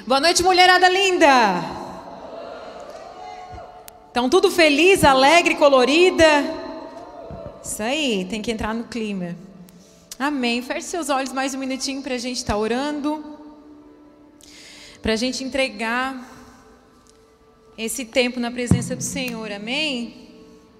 Boa noite, mulherada linda. Estão tudo feliz, alegre, colorida? Isso aí, tem que entrar no clima. Amém. Feche seus olhos mais um minutinho para a gente estar orando. Para a gente entregar esse tempo na presença do Senhor. Amém?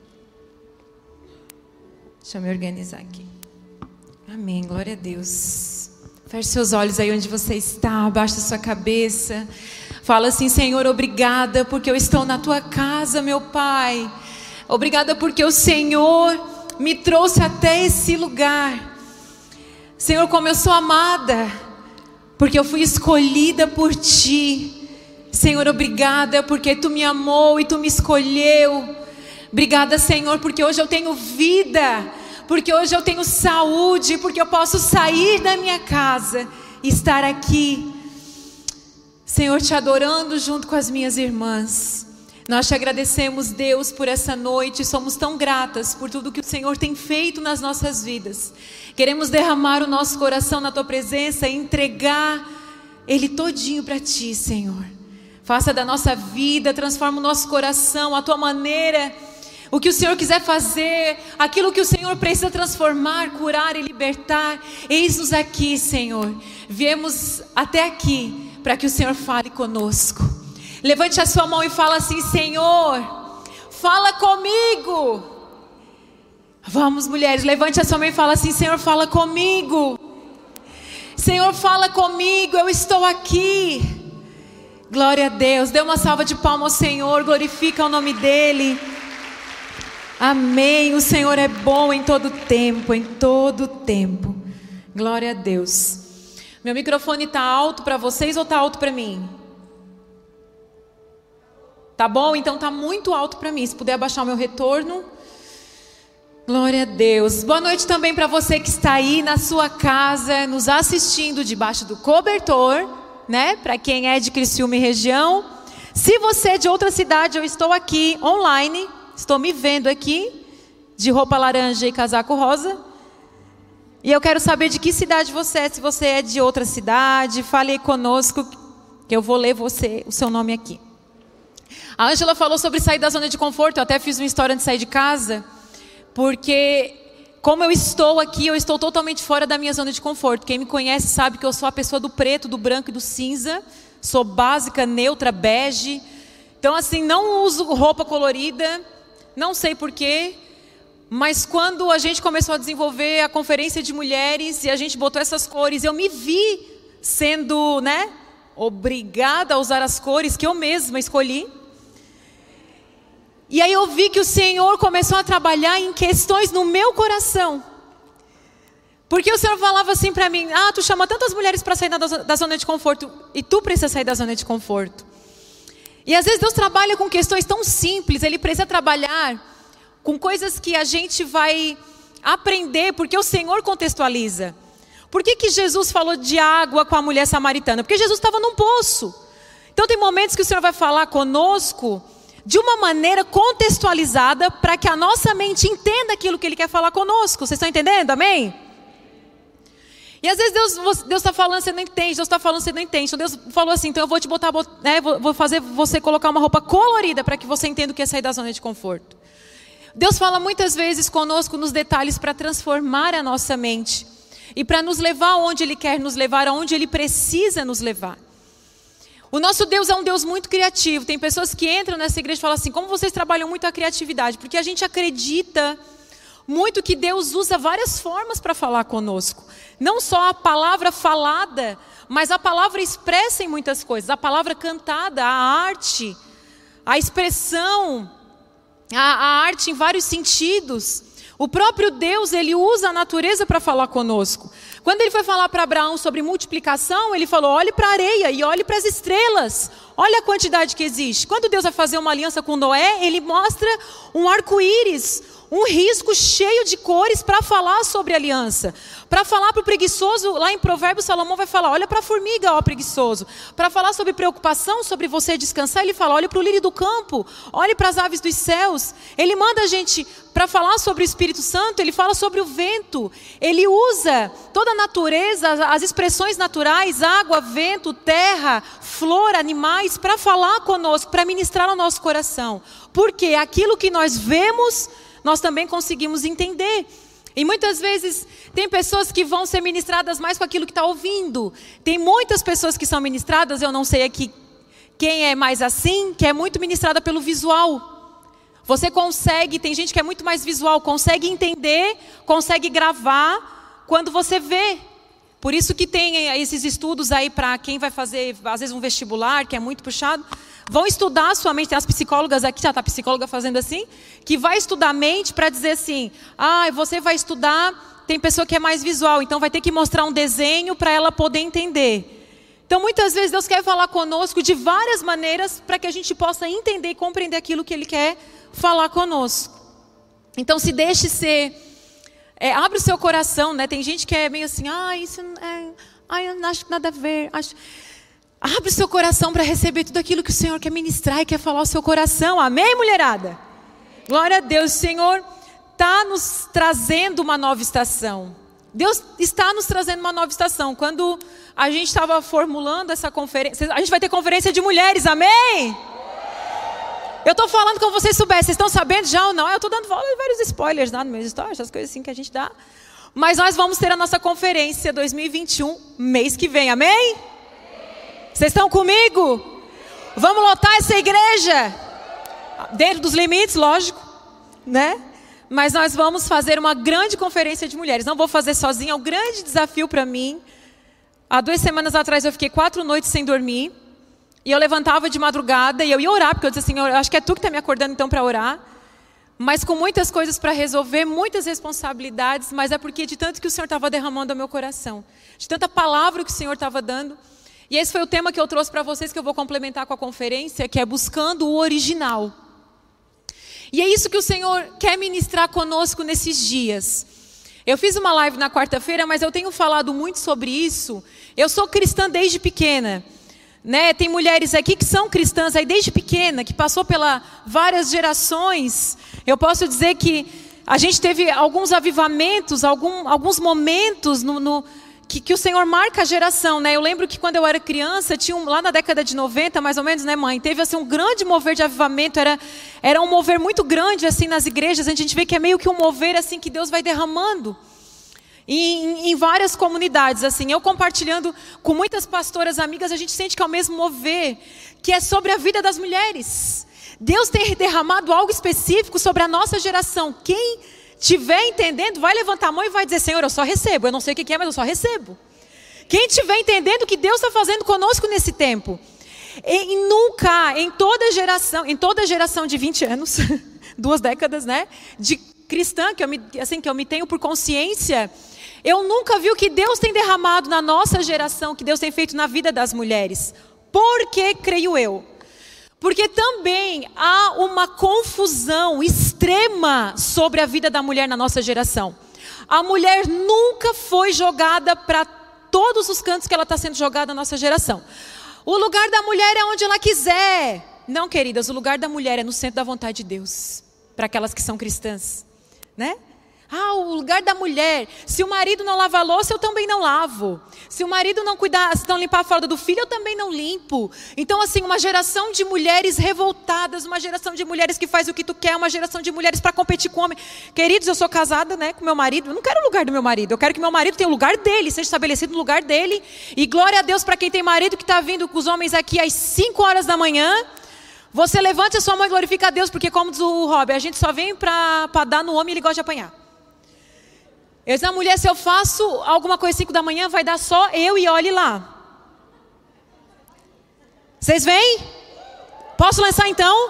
Deixa eu me organizar aqui. Amém. Glória a Deus. Feche seus olhos aí onde você está. Abaixa sua cabeça. Fala assim: Senhor, obrigada porque eu estou na tua casa, meu Pai. Obrigada porque o Senhor me trouxe até esse lugar. Senhor, como eu sou amada, porque eu fui escolhida por Ti. Senhor, obrigada porque Tu me amou e Tu me escolheu. Obrigada, Senhor, porque hoje eu tenho vida, porque hoje eu tenho saúde, porque eu posso sair da minha casa e estar aqui, Senhor, Te adorando junto com as minhas irmãs. Nós Te agradecemos, Deus, por essa noite. Somos tão gratas por tudo que o Senhor tem feito nas nossas vidas. Queremos derramar o nosso coração na Tua presença e entregar ele todinho para Ti, Senhor. Faça da nossa vida, transforma o nosso coração, a Tua maneira, o que o Senhor quiser fazer, aquilo que o Senhor precisa transformar, curar e libertar. Eis-nos aqui, Senhor. Viemos até aqui para que o Senhor fale conosco. Levante a sua mão e fala assim: Senhor, fala comigo. Vamos, mulheres, levante a sua mão e fala assim: Senhor, fala comigo. Senhor, fala comigo, eu estou aqui. Glória a Deus. Dê uma salva de palmas ao Senhor, glorifica o nome dEle. Amém. O Senhor é bom em todo tempo, em todo tempo. Glória a Deus. Meu microfone está alto para vocês ou está alto para mim? Tá bom? Então tá muito alto para mim. Se puder abaixar o meu retorno. Glória a Deus. Boa noite também para você que está aí na sua casa, nos assistindo debaixo do cobertor, né? Para quem é de Criciúma e região. Se você é de outra cidade, eu estou aqui online. Estou me vendo aqui de roupa laranja e casaco rosa. E eu quero saber de que cidade você é. Se você é de outra cidade, fale aí conosco que eu vou ler o seu nome aqui. A Ângela falou sobre sair da zona de conforto. Eu até fiz uma história de sair de casa, porque como eu estou aqui, eu estou totalmente fora da minha zona de conforto. Quem me conhece sabe que eu sou a pessoa do preto, do branco e do cinza. Sou básica, neutra, bege. Então assim, não uso roupa colorida. Não sei porquê, mas quando a gente começou a desenvolver a conferência de mulheres e a gente botou essas cores, eu me vi sendo, obrigada a usar as cores que eu mesma escolhi. E aí eu vi que o Senhor começou a trabalhar em questões no meu coração. Porque o Senhor falava assim para mim: tu chama tantas mulheres para sair da zona de conforto, e tu precisa sair da zona de conforto. E às vezes Deus trabalha com questões tão simples. Ele precisa trabalhar com coisas que a gente vai aprender, porque o Senhor contextualiza. Por que Jesus falou de água com a mulher samaritana? Porque Jesus estava num poço. Então tem momentos que o Senhor vai falar conosco de uma maneira contextualizada, para que a nossa mente entenda aquilo que Ele quer falar conosco. Vocês estão entendendo? Amém? E às vezes Deus está falando, você não entende. Deus está falando, você não entende. Então Deus falou assim: então eu vou te botar, vou fazer você colocar uma roupa colorida, para que você entenda o que é sair da zona de conforto. Deus fala muitas vezes conosco nos detalhes, para transformar a nossa mente e para nos levar aonde Ele quer nos levar, aonde Ele precisa nos levar. O nosso Deus é um Deus muito criativo. Tem pessoas que entram nessa igreja e falam assim: como vocês trabalham muito a criatividade? Porque a gente acredita muito que Deus usa várias formas para falar conosco. Não só a palavra falada, mas a palavra expressa em muitas coisas. A palavra cantada, a arte, a expressão, a arte em vários sentidos. O próprio Deus, Ele usa a natureza para falar conosco. Quando Ele foi falar para Abraão sobre multiplicação, Ele falou: olhe para a areia e olhe para as estrelas. Olha a quantidade que existe. Quando Deus vai fazer uma aliança com Noé, Ele mostra um arco-íris, um risco cheio de cores para falar sobre aliança. Para falar para o preguiçoso, lá em Provérbios, Salomão vai falar: olha para a formiga, ó preguiçoso. Para falar sobre preocupação, sobre você descansar, ele fala: olha para o lírio do campo, olhe para as aves dos céus. Ele manda a gente para falar sobre o Espírito Santo, ele fala sobre o vento. Ele usa toda a natureza, as expressões naturais, água, vento, terra, flor, animais, para falar conosco, para ministrar ao nosso coração. Porque aquilo que nós vemos, nós também conseguimos entender. E muitas vezes tem pessoas que vão ser ministradas mais com aquilo que está ouvindo. Tem muitas pessoas que são ministradas, eu não sei aqui quem é mais assim, que é muito ministrada pelo visual. Você consegue, tem gente que é muito mais visual, consegue entender, consegue gravar quando você vê. Por isso que tem esses estudos aí para quem vai fazer, às vezes, um vestibular, que é muito puxado. Vão estudar a sua mente, tem as psicólogas aqui, já está a psicóloga fazendo assim, que vai estudar a mente para dizer assim, você vai estudar, tem pessoa que é mais visual, então vai ter que mostrar um desenho para ela poder entender. Então, muitas vezes, Deus quer falar conosco de várias maneiras para que a gente possa entender e compreender aquilo que Ele quer falar conosco. Então, se deixe ser, abre o seu coração, né? Tem gente que é meio assim, isso eu não acho nada a ver. Abre o seu coração para receber tudo aquilo que o Senhor quer ministrar e quer falar ao seu coração. Amém, mulherada? Glória a Deus, o Senhor está nos trazendo uma nova estação. Deus está nos trazendo uma nova estação. Quando a gente estava formulando essa conferência, a gente vai ter conferência de mulheres, amém? Eu estou falando como vocês soubessem, vocês estão sabendo já ou não? Eu estou dando vários spoilers lá no meu story, essas coisas assim que a gente dá. Mas nós vamos ter a nossa conferência 2021, mês que vem, amém? Vocês estão comigo? Vamos lotar essa igreja? Dentro dos limites, lógico, né? Mas nós vamos fazer uma grande conferência de mulheres. Não vou fazer sozinha, é um grande desafio para mim. Há 2 semanas atrás eu fiquei 4 noites sem dormir. E eu levantava de madrugada e eu ia orar, porque eu disse assim, eu acho que é tu que está me acordando então para orar. Mas com muitas coisas para resolver, muitas responsabilidades, mas é porque de tanto que o Senhor estava derramando ao meu coração. De tanta palavra que o Senhor estava dando. E esse foi o tema que eu trouxe para vocês, que eu vou complementar com a conferência, que é buscando o original. E é isso que o Senhor quer ministrar conosco nesses dias. Eu fiz uma live na quarta-feira, mas eu tenho falado muito sobre isso. Eu sou cristã desde pequena. Né? Tem mulheres aqui que são cristãs aí desde pequena, que passou pelas várias gerações. Eu posso dizer que a gente teve alguns avivamentos, alguns momentos que o Senhor marca a geração, né? Eu lembro que quando eu era criança, tinha lá na década de 90, mais ou menos, né, mãe? Teve assim um grande mover de avivamento, era um mover muito grande assim nas igrejas. A gente vê que é meio que um mover assim que Deus vai derramando em várias comunidades. Assim, eu compartilhando com muitas pastoras amigas, a gente sente que é o mesmo mover, que é sobre a vida das mulheres. Deus tem derramado algo específico sobre a nossa geração. Quem estiver entendendo, vai levantar a mão e vai dizer, Senhor, eu só recebo. Eu não sei o que é, mas eu só recebo. Quem estiver entendendo o que Deus está fazendo conosco nesse tempo. E nunca, em toda geração de 20 anos, 2 décadas, né, de cristã, que eu me tenho por consciência, eu nunca vi o que Deus tem derramado na nossa geração, que Deus tem feito na vida das mulheres. Por que creio eu? Porque também há uma confusão extrema sobre a vida da mulher na nossa geração. A mulher nunca foi jogada para todos os cantos que ela está sendo jogada na nossa geração. O lugar da mulher é onde ela quiser. Não, queridas, o lugar da mulher é no centro da vontade de Deus. Para aquelas que são cristãs, né? O lugar da mulher. Se o marido não lava a louça, eu também não lavo. Se o marido não limpar a fralda do filho, eu também não limpo. Então, assim, uma geração de mulheres revoltadas, uma geração de mulheres que faz o que tu quer, uma geração de mulheres para competir com o homem. Queridos, eu sou casada, né, com meu marido. Eu não quero o lugar do meu marido. Eu quero que meu marido tenha o lugar dele, seja estabelecido no lugar dele. E glória a Deus para quem tem marido que está vindo com os homens aqui às 5 horas da manhã. Você levante a sua mão e glorifica a Deus, porque como diz o Rob, a gente só vem para dar no homem e ele gosta de apanhar. Eu disse, mulher, se eu faço alguma coisa às 5 da manhã, vai dar só eu e olhe lá. Vocês veem? Posso lançar então?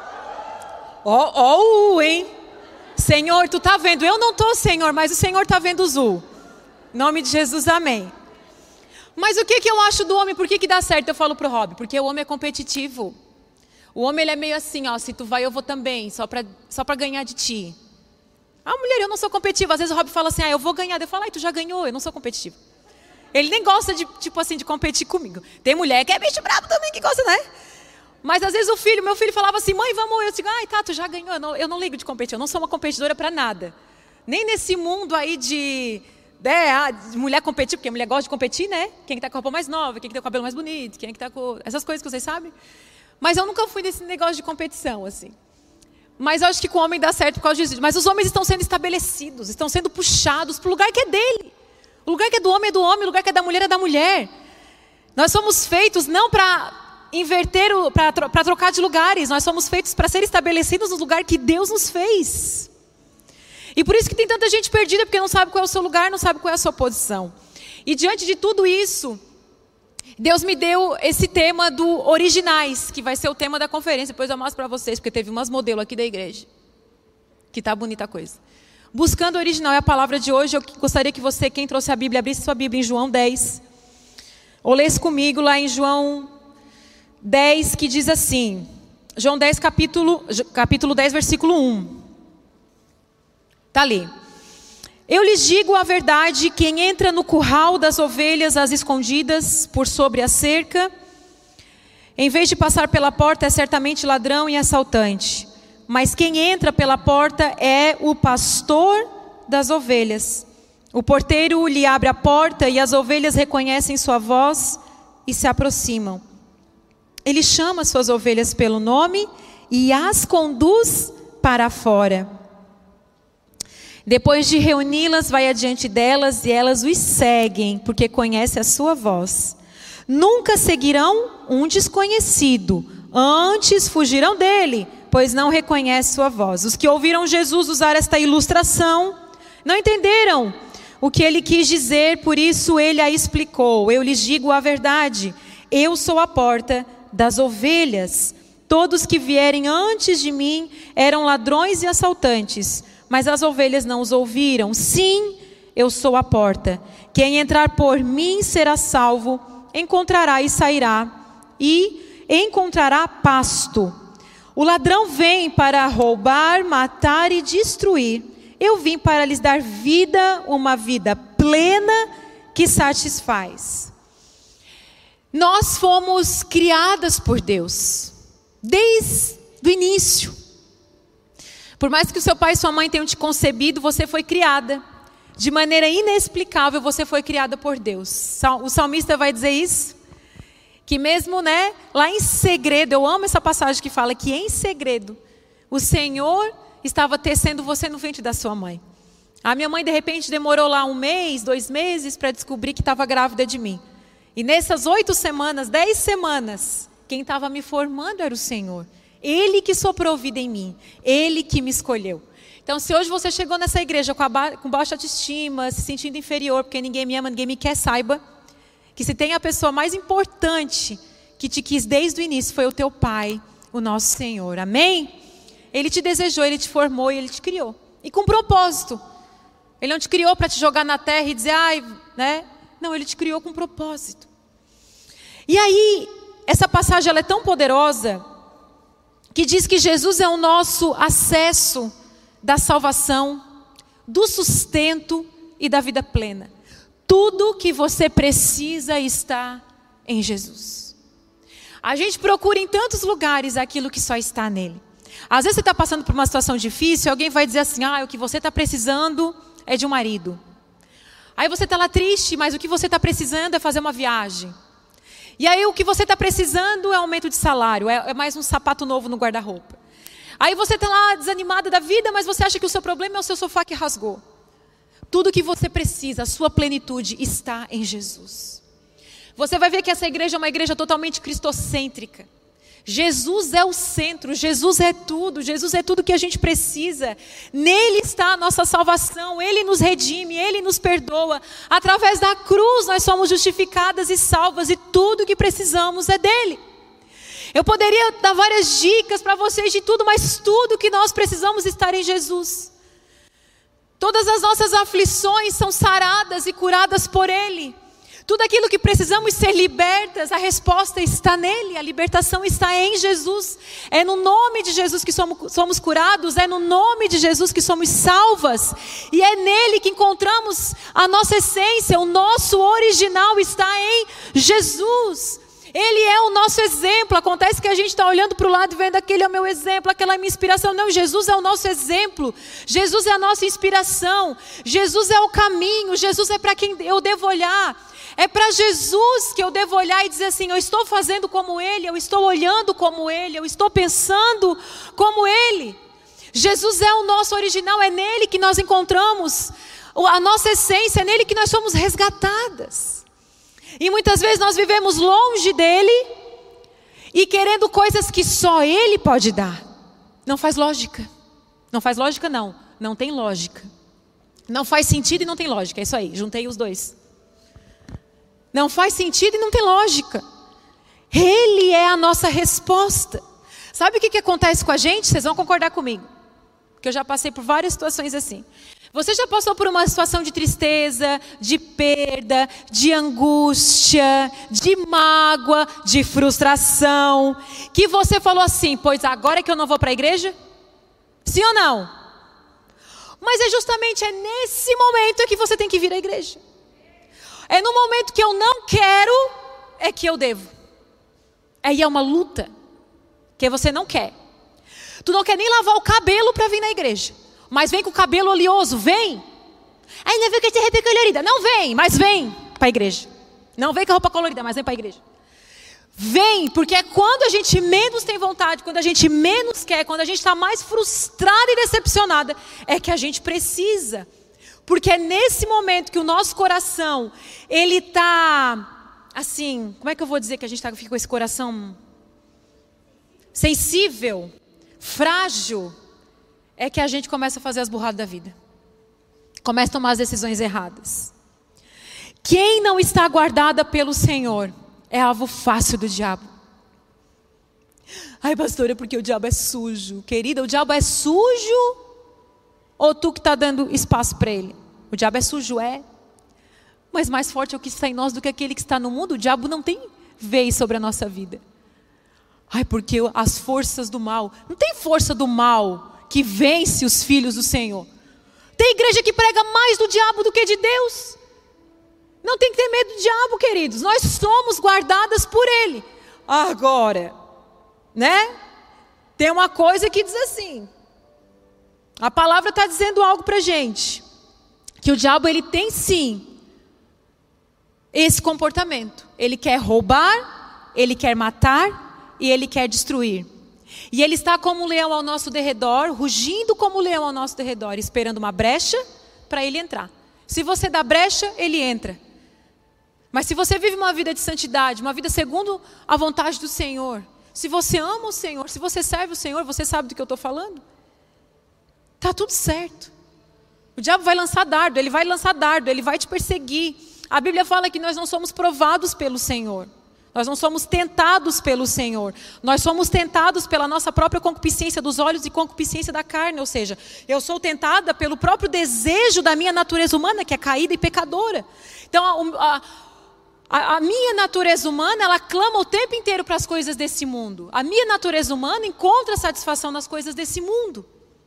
Hein? Senhor, tu tá vendo? Eu não tô, Senhor, mas o Senhor tá vendo o Zu. Em nome de Jesus, amém. Mas o que eu acho do homem? Por que dá certo? Eu falo pro Rob, porque o homem é competitivo. O homem, ele é meio assim, se tu vai, eu vou também, só pra ganhar de ti. Mulher, eu não sou competitiva. Às vezes o Rob fala assim, eu vou ganhar. Eu falo, tu já ganhou, eu não sou competitiva. Ele nem gosta de, de competir comigo. Tem mulher que é bicho brabo também, que gosta, né? Mas às vezes meu filho falava assim, mãe, vamos. Eu digo, tu já ganhou. Eu não ligo de competir, eu não sou uma competidora para nada. Nem nesse mundo aí de mulher competir, porque a mulher gosta de competir, né? Quem que tá com a roupa mais nova, quem que tem o cabelo mais bonito, quem que tá com... Essas coisas que vocês sabem. Mas eu nunca fui nesse negócio de competição, assim. Mas eu acho que com o homem dá certo por causa disso. Mas os homens estão sendo estabelecidos, estão sendo puxados para o lugar que é dele. O lugar que é do homem, o lugar que é da mulher é da mulher. Nós somos feitos não para inverter, para trocar de lugares. Nós somos feitos para ser estabelecidos no lugar que Deus nos fez. E por isso que tem tanta gente perdida, porque não sabe qual é o seu lugar, não sabe qual é a sua posição. E diante de tudo isso, Deus me deu esse tema do originais, que vai ser o tema da conferência. Depois eu mostro para vocês, porque teve umas modelos aqui da igreja. Que tá bonita a coisa. Buscando o original é a palavra de hoje. Eu gostaria que você, quem trouxe a Bíblia, abrisse sua Bíblia em João 10. Ou lesse comigo lá em João 10, que diz assim. João 10, capítulo 10, versículo 1. Está ali. Eu lhes digo a verdade, quem entra no curral das ovelhas às escondidas, por sobre a cerca, em vez de passar pela porta, é certamente ladrão e assaltante. Mas quem entra pela porta é o pastor das ovelhas. O porteiro lhe abre a porta e as ovelhas reconhecem sua voz e se aproximam. Ele chama suas ovelhas pelo nome e as conduz para fora. Depois de reuni-las, vai adiante delas e elas os seguem, porque conhecem a sua voz. Nunca seguirão um desconhecido, antes fugirão dele, pois não reconhece sua voz. Os que ouviram Jesus usar esta ilustração não entenderam o que ele quis dizer, por isso ele a explicou. Eu lhes digo a verdade, eu sou a porta das ovelhas. Todos que vierem antes de mim eram ladrões e assaltantes, mas as ovelhas não os ouviram. Sim, eu sou a porta. Quem entrar por mim será salvo, encontrará e sairá, e encontrará pasto. O ladrão vem para roubar, matar e destruir. Eu vim para lhes dar vida, uma vida plena que satisfaz. Nós fomos criadas por Deus, desde o início. Por mais que o seu pai e sua mãe tenham te concebido, você foi criada. De maneira inexplicável, você foi criada por Deus. O salmista vai dizer isso. Que mesmo, lá em segredo, eu amo essa passagem que fala que em segredo, o Senhor estava tecendo você no ventre da sua mãe. A minha mãe, de repente, demorou lá 1 mês, 2 meses, para descobrir que estava grávida de mim. E nessas 8 semanas, 10 semanas, quem estava me formando era o Senhor. Ele que soprou vida em mim, Ele que me escolheu. Então, se hoje você chegou nessa igreja com baixa autoestima, se sentindo inferior, porque ninguém me ama, ninguém me quer, saiba que se tem a pessoa mais importante que te quis desde o início, foi o teu Pai, o nosso Senhor. Amém? Ele te desejou, Ele te formou e Ele te criou. E com propósito. Ele não te criou para te jogar na terra e dizer, Não, Ele te criou com propósito. E aí, essa passagem ela é tão poderosa, que diz que Jesus é o nosso acesso da salvação, do sustento e da vida plena. Tudo que você precisa está em Jesus. A gente procura em tantos lugares aquilo que só está nele. Às vezes você está passando por uma situação difícil, alguém vai dizer assim, o que você está precisando é de um marido. Aí você está lá triste, mas o que você está precisando é fazer uma viagem. E aí o que você está precisando é aumento de salário, é mais um sapato novo no guarda-roupa. Aí você está lá desanimada da vida, mas você acha que o seu problema é o seu sofá que rasgou. Tudo que você precisa, a sua plenitude está em Jesus. Você vai ver que essa igreja é uma igreja totalmente cristocêntrica. Jesus é o centro, Jesus é tudo que a gente precisa. Nele está a nossa salvação, Ele nos redime, Ele nos perdoa. Através da cruz nós somos justificadas e salvas e tudo que precisamos é dele. Eu poderia dar várias dicas para vocês de tudo, mas tudo que nós precisamos estar em Jesus. Todas as nossas aflições são saradas e curadas por Ele. Tudo aquilo que precisamos ser libertas, a resposta está nele, a libertação está em Jesus. É no nome de Jesus que somos curados, é no nome de Jesus que somos salvas. E é nele que encontramos a nossa essência, o nosso original está em Jesus. Ele é o nosso exemplo. Acontece que a gente está olhando para o lado e vendo aquele é o meu exemplo, aquela é a minha inspiração. Não, Jesus é o nosso exemplo. Jesus é a nossa inspiração. Jesus é o caminho. Jesus é para quem eu devo olhar. É para Jesus que eu devo olhar e dizer assim, eu estou fazendo como Ele, eu estou olhando como Ele, eu estou pensando como Ele. Jesus é o nosso original, é nele que nós encontramos a nossa essência, é nele que nós somos resgatadas. E muitas vezes nós vivemos longe dele e querendo coisas que só Ele pode dar. Não faz lógica. Não faz lógica não. Não tem lógica. Não faz sentido e não tem lógica. É isso aí, juntei os dois. Não faz sentido e não tem lógica. Ele é a nossa resposta. Sabe o que acontece com a gente? Vocês vão concordar comigo. Porque eu já passei por várias situações assim. Você já passou por uma situação de tristeza, de perda, de angústia, de mágoa, de frustração, que você falou assim, pois agora é que eu não vou para a igreja? Sim ou não? Mas é justamente nesse momento que você tem que vir à igreja. É no momento que eu não quero, é que eu devo. Aí é uma luta, que você não quer. Tu não quer nem lavar o cabelo para vir na igreja. Mas vem com o cabelo oleoso, vem. Aí não vem com essa roupa colorida. Não vem, mas vem para a igreja. Não vem com a roupa colorida, mas vem para a igreja. Vem, porque é quando a gente menos tem vontade, quando a gente menos quer, quando a gente está mais frustrada e decepcionada, é que a gente precisa. Porque é nesse momento que o nosso coração, ele está, assim, como é que eu vou dizer que a gente fica com esse coração sensível, frágil, é que a gente começa a fazer as burradas da vida. Começa a tomar as decisões erradas. Quem não está guardada pelo Senhor é alvo fácil do diabo. Ai, pastora, porque o diabo é sujo. Querida, o diabo é sujo ou tu que está dando espaço para ele? O diabo é sujo, é. Mas mais forte é o que está em nós do que aquele que está no mundo. O diabo não tem vez sobre a nossa vida. Ai, porque as forças do mal. Não tem força do mal que vence os filhos do Senhor. Tem igreja que prega mais do diabo do que de Deus. Não tem que ter medo do diabo, queridos. Nós somos guardadas por Ele. Agora, né? Tem uma coisa que diz assim. A palavra está dizendo algo para a gente. Que o diabo, ele tem sim esse comportamento. Ele quer roubar, ele quer matar e ele quer destruir. E ele está como um leão ao nosso derredor, rugindo como um leão ao nosso derredor, esperando uma brecha para ele entrar. Se você dá brecha, ele entra. Mas se você vive uma vida de santidade, uma vida segundo a vontade do Senhor, se você ama o Senhor, se você serve o Senhor, você sabe do que eu estou falando? Está tudo certo. O diabo vai lançar dardo, ele vai te perseguir. A Bíblia fala que nós não somos provados pelo Senhor. Nós não somos tentados pelo Senhor. Nós somos tentados pela nossa própria concupiscência dos olhos e concupiscência da carne. Ou seja, eu sou tentada pelo próprio desejo da minha natureza humana, que é caída e pecadora. Então, a minha natureza humana, ela clama o tempo inteiro para as coisas desse mundo. A minha natureza humana encontra satisfação nas coisas desse mundo.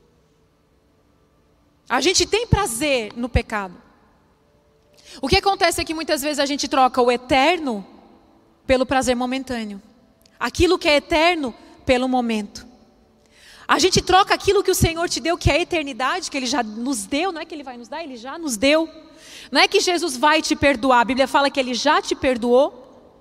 A gente tem prazer no pecado. O que acontece é que muitas vezes a gente troca o eterno pelo prazer momentâneo. Aquilo que é eterno pelo momento. A gente troca aquilo que o Senhor te deu, que é a eternidade, que Ele já nos deu. Não é que Ele vai nos dar, Ele já nos deu. Não é que Jesus vai te perdoar. A Bíblia fala que Ele já te perdoou.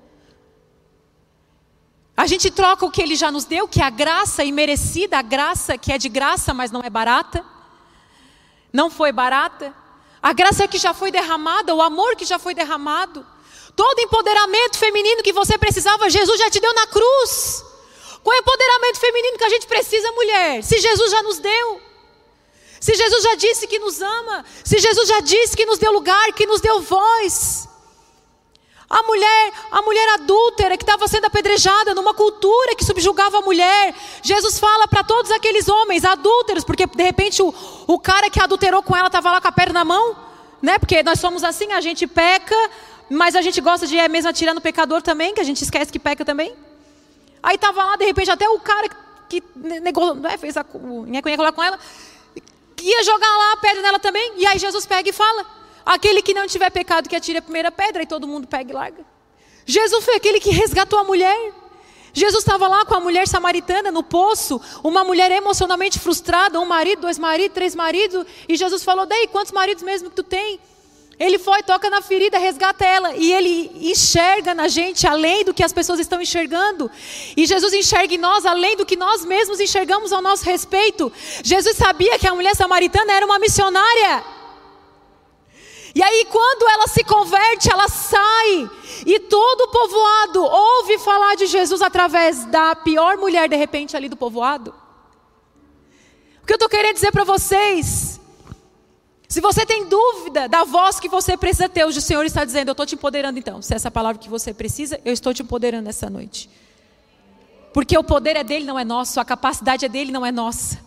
A gente troca o que Ele já nos deu, que é a graça imerecida, a graça que é de graça, mas não é barata. Não foi barata. A graça que já foi derramada, o amor que já foi derramado. Todo empoderamento feminino que você precisava, Jesus já te deu na cruz. Qual é o empoderamento feminino que a gente precisa, mulher? Se Jesus já nos deu. Se Jesus já disse que nos ama. Se Jesus já disse que nos deu lugar, que nos deu voz. A mulher adúltera que estava sendo apedrejada numa cultura que subjugava a mulher. Jesus fala para todos aqueles homens adúlteros, porque de repente o cara que adulterou com ela estava lá com a pedra na mão, né? Porque nós somos assim, a gente peca, mas a gente gosta de mesmo atirar no pecador também, que a gente esquece que peca também. Aí estava lá, de repente, até o cara que negou, né, fez a nheco lá com ela, ia jogar lá a pedra nela também. E aí Jesus pega e fala: aquele que não tiver pecado que atire a primeira pedra. E todo mundo pega e larga. Jesus foi aquele que resgatou a mulher. Jesus estava lá com a mulher samaritana no poço, uma mulher emocionalmente frustrada, um marido, 2 maridos, 3 maridos, e Jesus falou: daí, quantos maridos mesmo que tu tem? Ele foi, toca na ferida, resgata ela, e ele enxerga na gente além do que as pessoas estão enxergando, e Jesus enxerga em nós além do que nós mesmos enxergamos ao nosso respeito. Jesus sabia que a mulher samaritana era uma missionária. E aí quando ela se converte, ela sai, e todo o povoado ouve falar de Jesus através da pior mulher de repente ali do povoado. O que eu estou querendo dizer para vocês, se você tem dúvida da voz que você precisa ter, hoje o Senhor está dizendo: eu estou te empoderando então. Se essa palavra que você precisa, eu estou te empoderando essa noite. Porque o poder é dele, não é nosso, a capacidade é dele, não é nossa.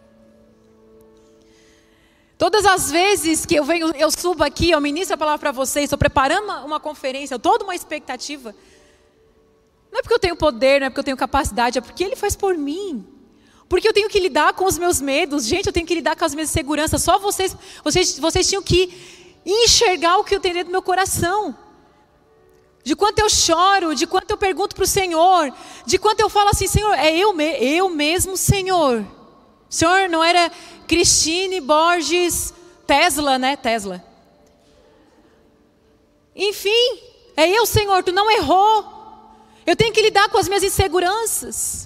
Todas as vezes que eu subo aqui, eu ministro a palavra para vocês, estou preparando uma conferência, toda uma expectativa. Não é porque eu tenho poder, não é porque eu tenho capacidade, é porque Ele faz por mim. Porque eu tenho que lidar com os meus medos, gente, eu tenho que lidar com as minhas inseguranças. Só vocês tinham que enxergar o que eu tenho dentro do meu coração. De quanto eu choro, de quanto eu pergunto para o Senhor, de quanto eu falo assim: Senhor, é eu mesmo, Senhor. Senhor, não era Cristine Borges Tesla, né? Tesla. Enfim, é eu, Senhor, tu não errou. Eu tenho que lidar com as minhas inseguranças.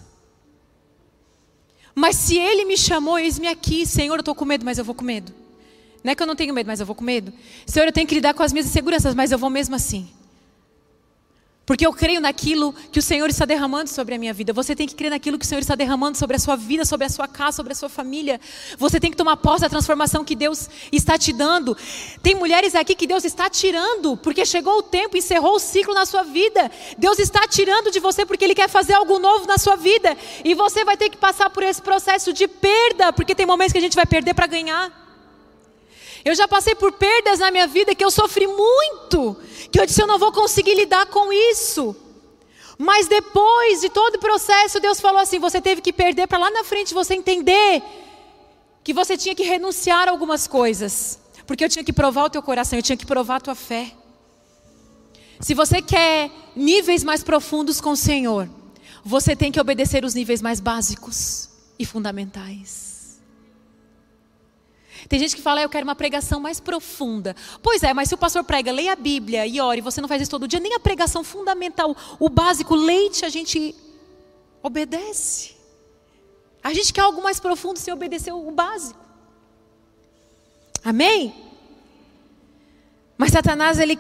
Mas se Ele me chamou, eis-me aqui. Senhor, eu estou com medo, mas eu vou com medo. Não é que eu não tenho medo, mas eu vou com medo. Senhor, eu tenho que lidar com as minhas inseguranças, mas eu vou mesmo assim. Porque eu creio naquilo que o Senhor está derramando sobre a minha vida. Você tem que crer naquilo que o Senhor está derramando sobre a sua vida, sobre a sua casa, sobre a sua família. Você tem que tomar posse da transformação que Deus está te dando. Tem mulheres aqui que Deus está tirando, porque chegou o tempo, encerrou o ciclo na sua vida. Deus está tirando de você porque Ele quer fazer algo novo na sua vida. E você vai ter que passar por esse processo de perda, porque tem momentos que a gente vai perder para ganhar. Eu já passei por perdas na minha vida que eu sofri muito, que eu disse: eu não vou conseguir lidar com isso. Mas depois de todo o processo, Deus falou assim: você teve que perder para lá na frente você entender que você tinha que renunciar a algumas coisas. Porque eu tinha que provar o teu coração, eu tinha que provar a tua fé. Se você quer níveis mais profundos com o Senhor, você tem que obedecer os níveis mais básicos e fundamentais. Tem gente que fala: eu quero uma pregação mais profunda. Pois é, mas se o pastor prega, leia a Bíblia e ore, você não faz isso todo dia, nem a pregação fundamental, o básico, leite, a gente obedece. A gente quer algo mais profundo sem obedecer o básico. Amém? Mas Satanás, ele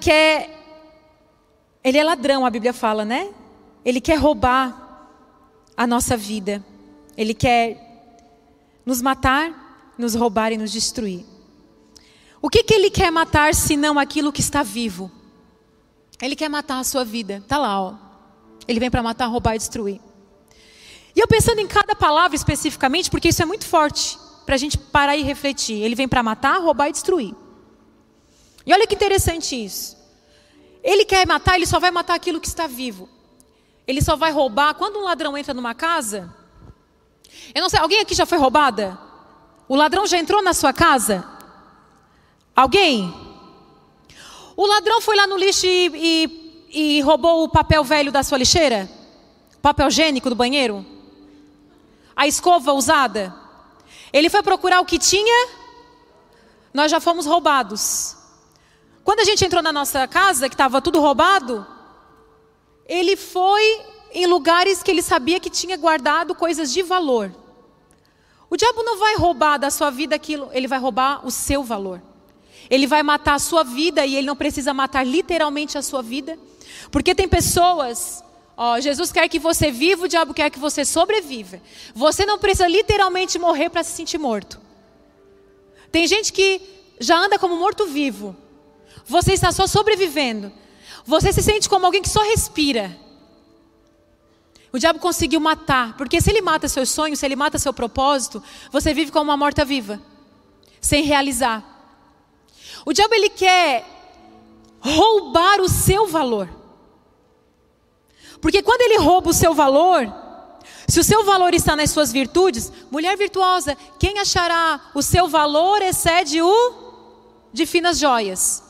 é ladrão, a Bíblia fala, né? Ele quer roubar a nossa vida. Ele quer nos matar, nos roubar e nos destruir. O que Ele quer matar, senão aquilo que está vivo? Ele quer matar a sua vida. Está lá, ó. Ele vem para matar, roubar e destruir. E eu pensando em cada palavra especificamente, porque isso é muito forte, para a gente parar e refletir. Ele vem para matar, roubar e destruir. E olha que interessante isso. Ele quer matar, ele só vai matar aquilo que está vivo. Ele só vai roubar. Quando um ladrão entra numa casa, eu não sei, alguém aqui já foi roubada? O ladrão já entrou na sua casa? Alguém? O ladrão foi lá no lixo e roubou o papel velho da sua lixeira? O papel higiênico do banheiro? A escova usada? Ele foi procurar o que tinha? Nós já fomos roubados. Quando a gente entrou na nossa casa, que estava tudo roubado, ele foi em lugares que ele sabia que tinha guardado coisas de valor. O diabo não vai roubar da sua vida aquilo, ele vai roubar o seu valor. Ele vai matar a sua vida, e ele não precisa matar literalmente a sua vida. Porque tem pessoas, Jesus quer que você viva, o diabo quer que você sobreviva. Você não precisa literalmente morrer para se sentir morto. Tem gente que já anda como morto-vivo. Você está só sobrevivendo. Você se sente como alguém que só respira. O diabo conseguiu matar, porque se ele mata seus sonhos, se ele mata seu propósito, você vive como uma morta-viva, sem realizar. O diabo, ele quer roubar o seu valor. Porque quando ele rouba o seu valor, se o seu valor está nas suas virtudes, mulher virtuosa, quem achará o seu valor excede o de finas joias?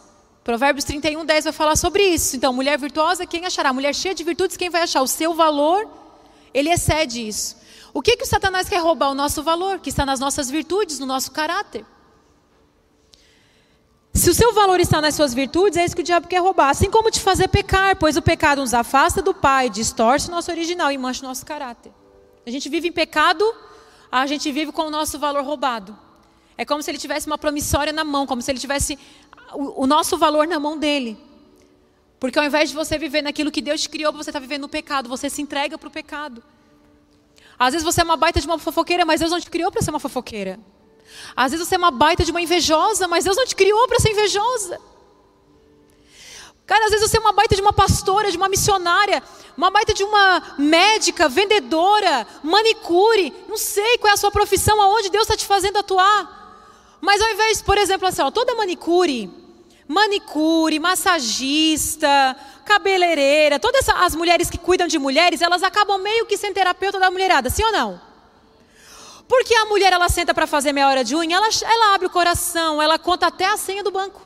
Provérbios 31:10 vai falar sobre isso. Então, mulher virtuosa, quem achará? Mulher cheia de virtudes, quem vai achar? O seu valor, ele excede isso. O que o Satanás quer roubar? O nosso valor, que está nas nossas virtudes, no nosso caráter. Se o seu valor está nas suas virtudes, é isso que o diabo quer roubar. Assim como te fazer pecar, pois o pecado nos afasta do Pai, distorce o nosso original e mancha o nosso caráter. A gente vive em pecado, a gente vive com o nosso valor roubado. É como se ele tivesse uma promissória na mão, como se ele tivesse o nosso valor na mão dele. Porque ao invés de você viver naquilo que Deus te criou, você está vivendo no pecado, você se entrega para o pecado. Às vezes você é uma baita de uma fofoqueira, mas Deus não te criou para ser uma fofoqueira. Às vezes você é uma baita de uma invejosa, mas Deus não te criou para ser invejosa. Cara, às vezes você é uma baita de uma pastora, de uma missionária, uma baita de uma médica, vendedora, manicure. Não sei qual é a sua profissão, aonde Deus está te fazendo atuar. Mas ao invés, por exemplo, assim, ó, toda manicure, massagista, cabeleireira, todas as mulheres que cuidam de mulheres, elas acabam meio que sendo terapeuta da mulherada, sim ou não? Porque a mulher, ela senta para fazer meia hora de unha, ela abre o coração, ela conta até a senha do banco.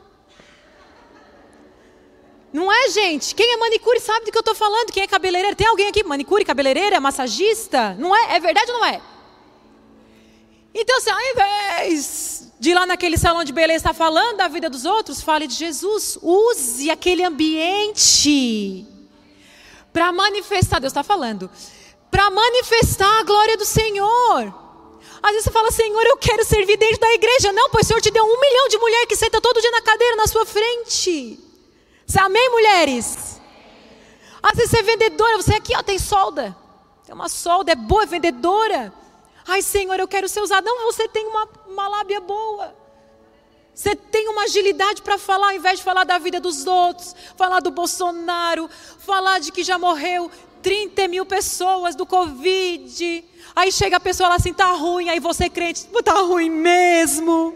Não é, gente? Quem é manicure sabe do que eu estou falando. Quem é cabeleireira? Tem alguém aqui? Manicure, cabeleireira, massagista? Não é? É verdade ou não é? Então, assim, ao invés de ir lá naquele salão de beleza estar falando da vida dos outros, fale de Jesus. Use aquele ambiente para manifestar, Deus está falando, para manifestar a glória do Senhor. Às vezes você fala, Senhor, eu quero servir dentro da igreja. Não, pois o Senhor te deu 1 milhão de mulheres que sentam todo dia na cadeira na sua frente. Amém, mulheres? Às vezes você é vendedora, você aqui ó, tem solda. Tem uma solda, é boa, é vendedora. Ai, Senhor, eu quero ser usada. Não, você tem uma lábia boa. Você tem uma agilidade para falar, ao invés de falar da vida dos outros, falar do Bolsonaro, falar de que já morreu 30 mil pessoas do Covid. Aí chega a pessoa lá assim, tá ruim. Aí você crente, tá ruim mesmo.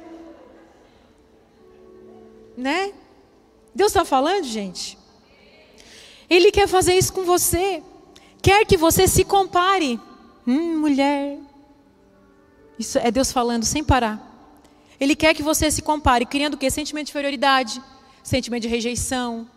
Né? Deus está falando, gente. Ele quer fazer isso com você. Quer que você se compare. Mulher. Isso é Deus falando sem parar. Ele quer que você se compare, criando o quê? Sentimento de inferioridade, sentimento de rejeição,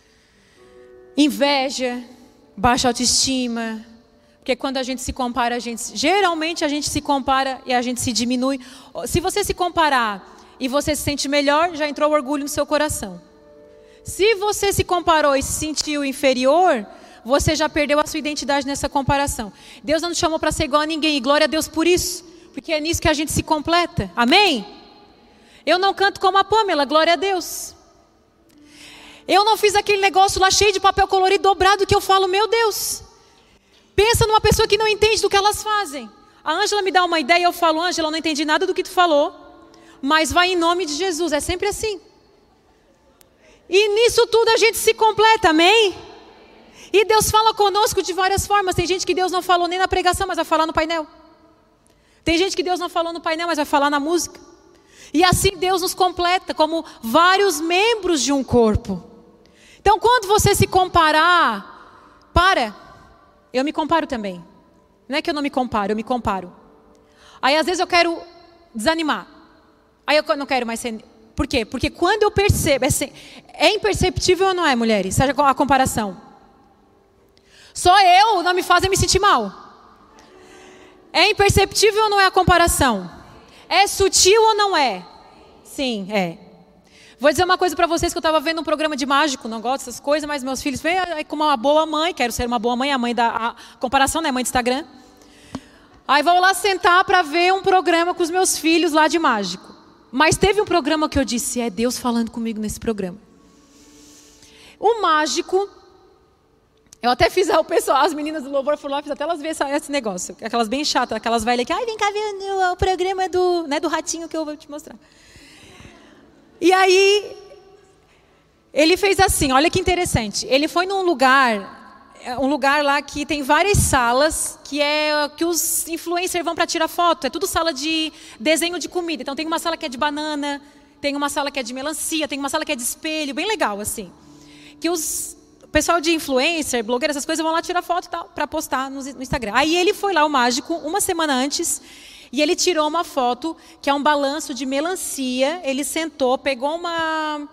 inveja, baixa autoestima. Porque quando a gente se compara, geralmente a gente se compara e a gente se diminui. Se você se comparar e você se sente melhor, já entrou o orgulho no seu coração. Se você se comparou e se sentiu inferior, você já perdeu a sua identidade nessa comparação. Deus não nos chamou para ser igual a ninguém, e glória a Deus por isso, porque é nisso que a gente se completa. Amém? Eu não canto como a Pamela, glória a Deus. Eu não fiz aquele negócio lá cheio de papel colorido dobrado que eu falo, meu Deus. Pensa numa pessoa que não entende do que elas fazem. A Ângela me dá uma ideia e eu falo, Ângela, eu não entendi nada do que tu falou, mas vai em nome de Jesus, é sempre assim. E nisso tudo a gente se completa, amém? E Deus fala conosco de várias formas. Tem gente que Deus não falou nem na pregação, mas vai falar no painel. Tem gente que Deus não falou no painel, mas vai falar na música. E assim Deus nos completa como vários membros de um corpo. Então quando você se comparar, eu me comparo também. Não é que eu não me comparo, eu me comparo. Aí às vezes eu quero desanimar. Aí eu não quero mais ser... Por quê? Porque quando eu percebo, é imperceptível ou não é, mulheres? Seja a comparação. Só eu não me fazem me sentir mal. É imperceptível ou não é a comparação? É sutil ou não é? Sim, é. Vou dizer uma coisa para vocês, que eu estava vendo um programa de mágico, não gosto dessas coisas, mas meus filhos vêm como uma boa mãe, quero ser uma boa mãe, a comparação, né, mãe do Instagram. Aí vou lá sentar para ver um programa com os meus filhos lá de mágico. Mas teve um programa que eu disse, é Deus falando comigo nesse programa. O mágico, eu até fiz o pessoal, as meninas do louvor foram lá, fiz até elas verem esse negócio. Aquelas bem chatas, aquelas velhas que, vem cá ver o programa do ratinho que eu vou te mostrar. E aí, ele fez assim, olha que interessante. Ele foi num lugar lá que tem várias salas, que os influencers vão para tirar foto. É tudo sala de desenho de comida. Então tem uma sala que é de banana, tem uma sala que é de melancia, tem uma sala que é de espelho, bem legal assim. Que o pessoal de influencer, blogueiro, essas coisas vão lá tirar foto e tal, para postar no Instagram. Aí ele foi lá, o mágico, uma semana antes, e ele tirou uma foto, que é um balanço de melancia. Ele sentou, pegou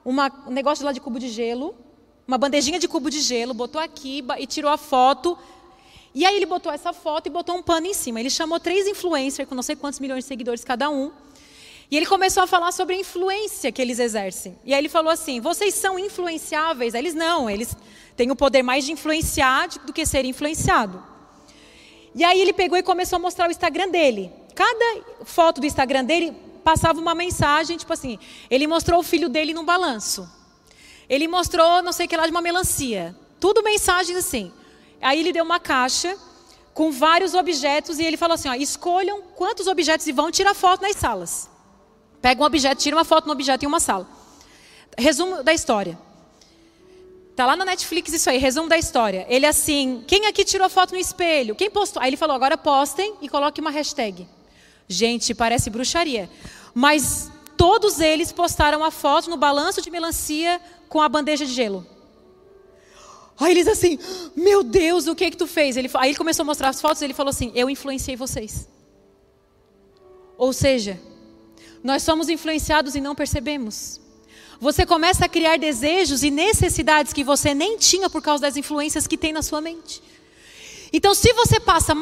um negócio lá de cubo de gelo, uma bandejinha de cubo de gelo, botou aqui e tirou a foto. E aí ele botou essa foto e botou um pano em cima. Ele chamou 3 influencers com não sei quantos milhões de seguidores cada um. E ele começou a falar sobre a influência que eles exercem. E aí ele falou assim, vocês são influenciáveis? Aí eles não, eles têm o poder mais de influenciar do que ser influenciado. E aí ele pegou e começou a mostrar o Instagram dele. Cada foto do Instagram dele passava uma mensagem, tipo assim, ele mostrou o filho dele num balanço. Ele mostrou não sei o que lá de uma melancia. Tudo mensagens assim. Aí ele deu uma caixa com vários objetos e ele falou assim, ó, escolham quantos objetos e vão tirar foto nas salas. Pega um objeto, tira uma foto no objeto em uma sala. Resumo da história. Tá lá na Netflix isso aí, resumo da história. Ele assim, quem aqui tirou foto no espelho? Quem postou? Aí ele falou, agora postem e coloque uma hashtag. Gente, parece bruxaria. Mas todos eles postaram a foto no balanço de melancia com a bandeja de gelo. Aí eles assim, meu Deus, o que tu fez? Aí ele começou a mostrar as fotos e ele falou assim, eu influenciei vocês. Ou seja, nós somos influenciados e não percebemos. Você começa a criar desejos e necessidades que você nem tinha por causa das influências que tem na sua mente. Então, se você passa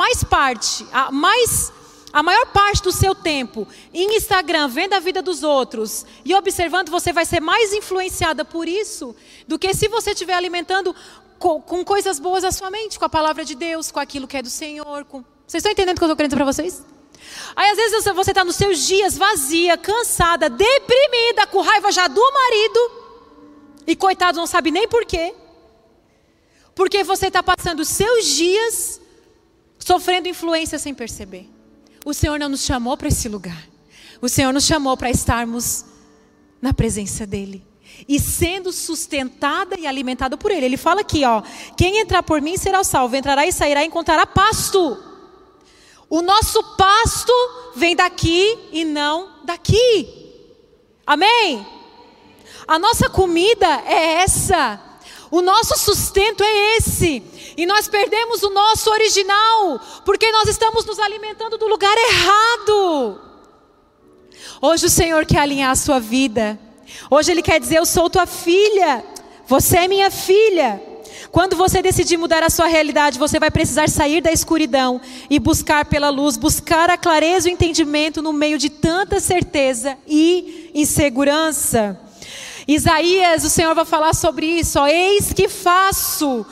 a maior parte do seu tempo em Instagram, vendo a vida dos outros e observando, você vai ser mais influenciada por isso do que se você estiver alimentando com coisas boas a sua mente, com a palavra de Deus, com aquilo que é do Senhor. Vocês estão entendendo o que eu estou querendo dizer para vocês? Aí às vezes você está nos seus dias vazia, cansada, deprimida, com raiva já do marido, e coitado não sabe nem por quê, porque você está passando os seus dias sofrendo influência sem perceber. O Senhor não nos chamou para esse lugar. O Senhor nos chamou para estarmos na presença dEle e sendo sustentada e alimentada por Ele. Ele fala aqui, ó, quem entrar por mim será salvo, entrará e sairá e encontrará pasto. O nosso pasto vem daqui e não daqui. Amém? A nossa comida é essa. O nosso sustento é esse. E nós perdemos o nosso original, porque nós estamos nos alimentando do lugar errado. Hoje o Senhor quer alinhar a sua vida. Hoje Ele quer dizer, eu sou tua filha. Você é minha filha. Quando você decidir mudar a sua realidade, você vai precisar sair da escuridão e buscar pela luz, buscar a clareza e o entendimento no meio de tanta certeza e insegurança. Isaías, o Senhor vai falar sobre isso, ó, eis que faço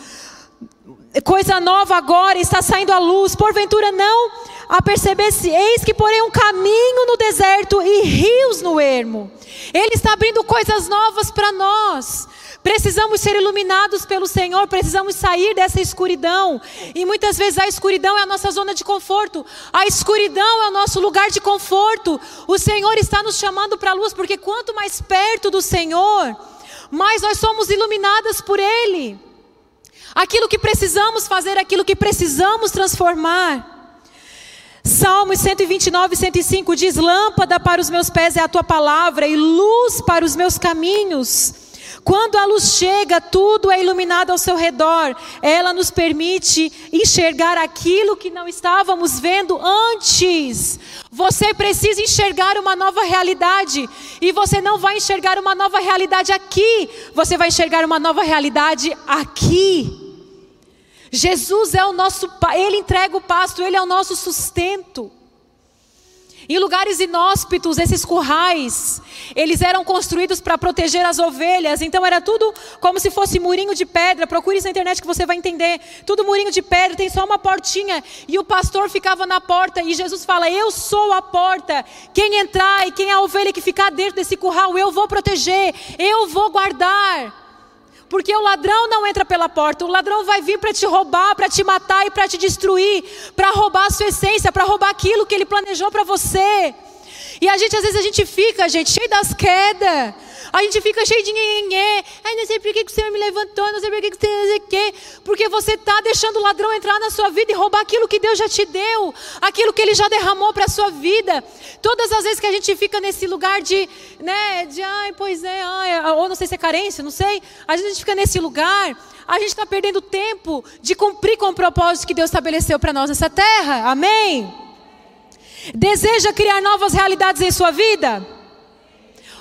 coisa nova agora, está saindo a luz, porventura não a perceber-se, eis que porém um caminho no deserto e rios no ermo. Ele está abrindo coisas novas para nós. Precisamos ser iluminados pelo Senhor, precisamos sair dessa escuridão. E muitas vezes a escuridão é a nossa zona de conforto. A escuridão é o nosso lugar de conforto. O Senhor está nos chamando para a luz, porque quanto mais perto do Senhor, mais nós somos iluminadas por Ele. Aquilo que precisamos fazer, aquilo que precisamos transformar. Salmos 129, 105 diz, lâmpada para os meus pés é a tua palavra e luz para os meus caminhos. Quando a luz chega, tudo é iluminado ao seu redor. Ela nos permite enxergar aquilo que não estávamos vendo antes. Você precisa enxergar uma nova realidade. E você não vai enxergar uma nova realidade aqui. Você vai enxergar uma nova realidade aqui. Jesus é o nosso Pai. Ele entrega o pasto, Ele é o nosso sustento. Em lugares inóspitos, esses currais, eles eram construídos para proteger as ovelhas. Então era tudo como se fosse murinho de pedra. Procure isso na internet que você vai entender. Tudo murinho de pedra, tem só uma portinha. E o pastor ficava na porta. E Jesus fala, eu sou a porta. Quem entrar e quem é a ovelha que ficar dentro desse curral, eu vou proteger, eu vou guardar. Porque o ladrão não entra pela porta. O ladrão vai vir para te roubar, para te matar e para te destruir. Para roubar a sua essência, para roubar aquilo que ele planejou para você. E às vezes a gente fica, cheio das quedas. A gente fica cheio de nhenhenhê. Ai, não sei por que o Senhor me levantou, não sei por que o Senhor não sei o quê. Porque você está deixando o ladrão entrar na sua vida e roubar aquilo que Deus já te deu. Aquilo que Ele já derramou para a sua vida. Todas as vezes que a gente fica nesse lugar ai, pois é, ai, ou não sei se é carência, não sei. A gente fica nesse lugar, a gente está perdendo tempo de cumprir com o propósito que Deus estabeleceu para nós nessa terra. Amém? Deseja criar novas realidades em sua vida?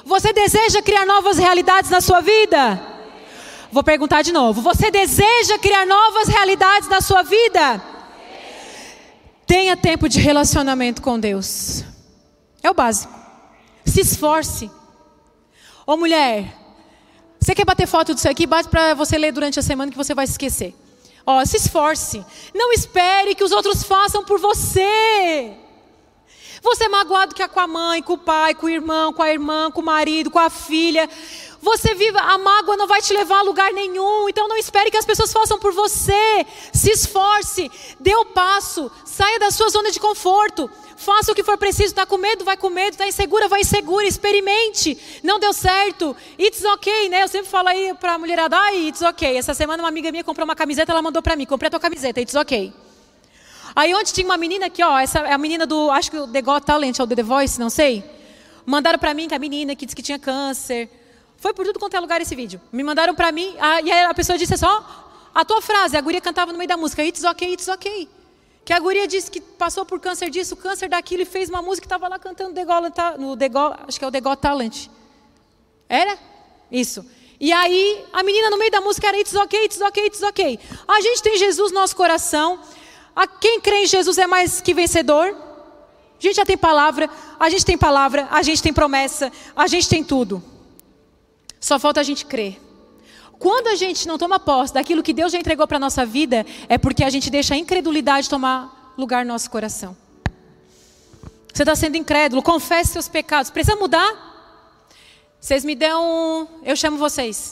Você deseja criar novas realidades na sua vida? Vou perguntar de novo. Você deseja criar novas realidades na sua vida? Tenha tempo de relacionamento com Deus. É o básico. Se esforce. Ô mulher, você quer bater foto disso aqui? Bate para você ler durante a semana que você vai se esquecer. Ó, se esforce. Não espere que os outros façam por você. Você é magoado que é com a mãe, com o pai, com o irmão, com a irmã, com o marido, com a filha. Você vive, a mágoa não vai te levar a lugar nenhum. Então não espere que as pessoas façam por você. Se esforce, dê o passo, saia da sua zona de conforto. Faça o que for preciso. Está com medo, vai com medo. Está insegura, vai insegura. Experimente. Não deu certo. It's ok, né? Eu sempre falo aí para a mulherada, it's ok. Essa semana uma amiga minha comprou uma camiseta, ela mandou para mim, comprei a tua camiseta, it's ok. Aí ontem tinha uma menina aqui, ó, essa é a menina do, acho que o The Got Talent, ou The Voice, não sei. Mandaram para mim que a menina que disse que tinha câncer. Foi por tudo quanto é lugar esse vídeo. Me mandaram para mim, e aí a pessoa disse assim, ó, a tua frase, a guria cantava no meio da música, it's ok. Que a guria disse que passou por câncer disso, câncer daquilo, e fez uma música que estava lá cantando acho que é o The Got Talent. Era? Isso. E aí, a menina no meio da música era it's ok. A gente tem Jesus no nosso coração. Quem crê em Jesus é mais que vencedor. A gente já tem palavra, a gente tem promessa, a gente tem tudo. Só falta a gente crer. Quando a gente não toma posse daquilo que Deus já entregou para a nossa vida, é porque a gente deixa a incredulidade tomar lugar no nosso coração. Você está sendo incrédulo, confesse seus pecados. Precisa mudar? Vocês me dão, eu chamo vocês.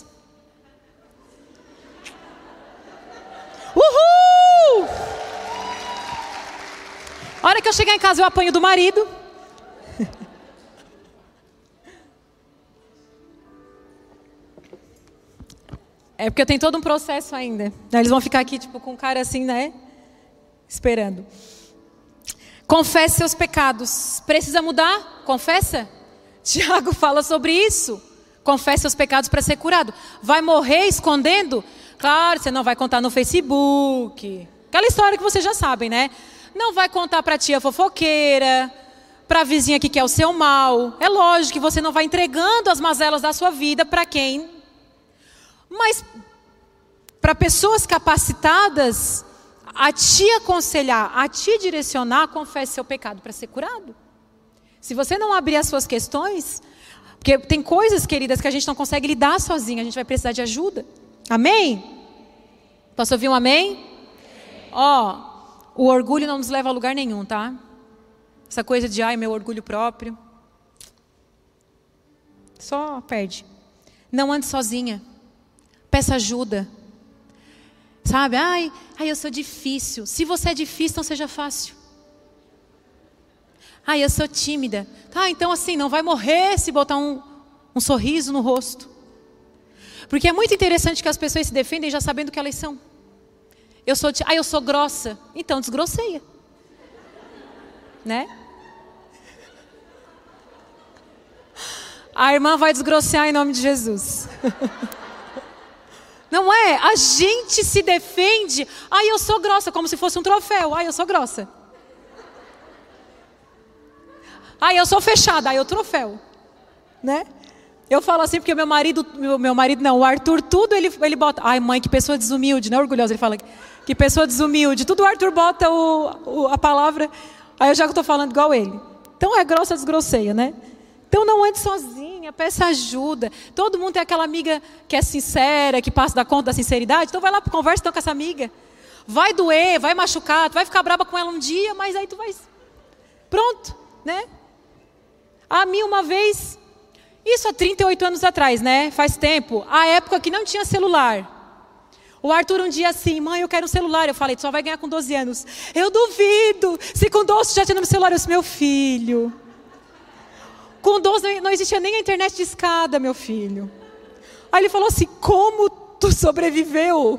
Uhul! A hora que eu chegar em casa eu apanho do marido. É porque eu tenho todo um processo ainda. Eles vão ficar aqui tipo com cara assim, né? Esperando. Confesse seus pecados. Precisa mudar? Confessa? Tiago fala sobre isso. Confesse seus pecados para ser curado. Vai morrer escondendo? Claro, você não vai contar no Facebook. Aquela história que vocês já sabem, né? Não vai contar para a tia fofoqueira, para a vizinha que quer o seu mal. É lógico que você não vai entregando as mazelas da sua vida para quem. Mas para pessoas capacitadas a te aconselhar, a te direcionar, confesse seu pecado para ser curado. Se você não abrir as suas questões, porque tem coisas, queridas, que a gente não consegue lidar sozinha, a gente vai precisar de ajuda. Amém? Posso ouvir um amém? Ó, o orgulho não nos leva a lugar nenhum, tá? Essa coisa de, meu orgulho próprio. Só perde. Não ande sozinha. Peça ajuda. Sabe? Eu sou difícil. Se você é difícil, então seja fácil. Eu sou tímida. Então assim, não vai morrer se botar um sorriso no rosto. Porque é muito interessante que as pessoas se defendem já sabendo o que elas são. Eu sou grossa. Então desgrosseia. Né? A irmã vai desgrossear em nome de Jesus. Não é? A gente se defende. Eu sou grossa, como se fosse um troféu. Eu sou grossa. Eu sou fechada. Eu troféu. Né? Eu falo assim porque meu marido não, o Arthur, tudo ele bota. Mãe, que pessoa desumilde, não é orgulhosa. Ele fala, que pessoa desumilde. Tudo o Arthur bota a palavra. Aí eu já estou falando igual ele. Então é grossa, desgrosseia, né? Então não ande sozinha, peça ajuda. Todo mundo tem aquela amiga que é sincera, que passa da conta da sinceridade. Então vai lá, conversa então com essa amiga. Vai doer, vai machucar, tu vai ficar brava com ela um dia, mas aí tu vai... Pronto, né? A mim uma vez, isso há 38 anos atrás, né? Faz tempo, a época que não tinha celular. O Arthur um dia assim, mãe, eu quero um celular. Eu falei, tu só vai ganhar com 12 anos. Eu duvido. Se com 12 já tinha no celular, eu disse, meu filho... Com 12 não existia nem a internet de escada, meu filho. Aí ele falou assim, como tu sobreviveu?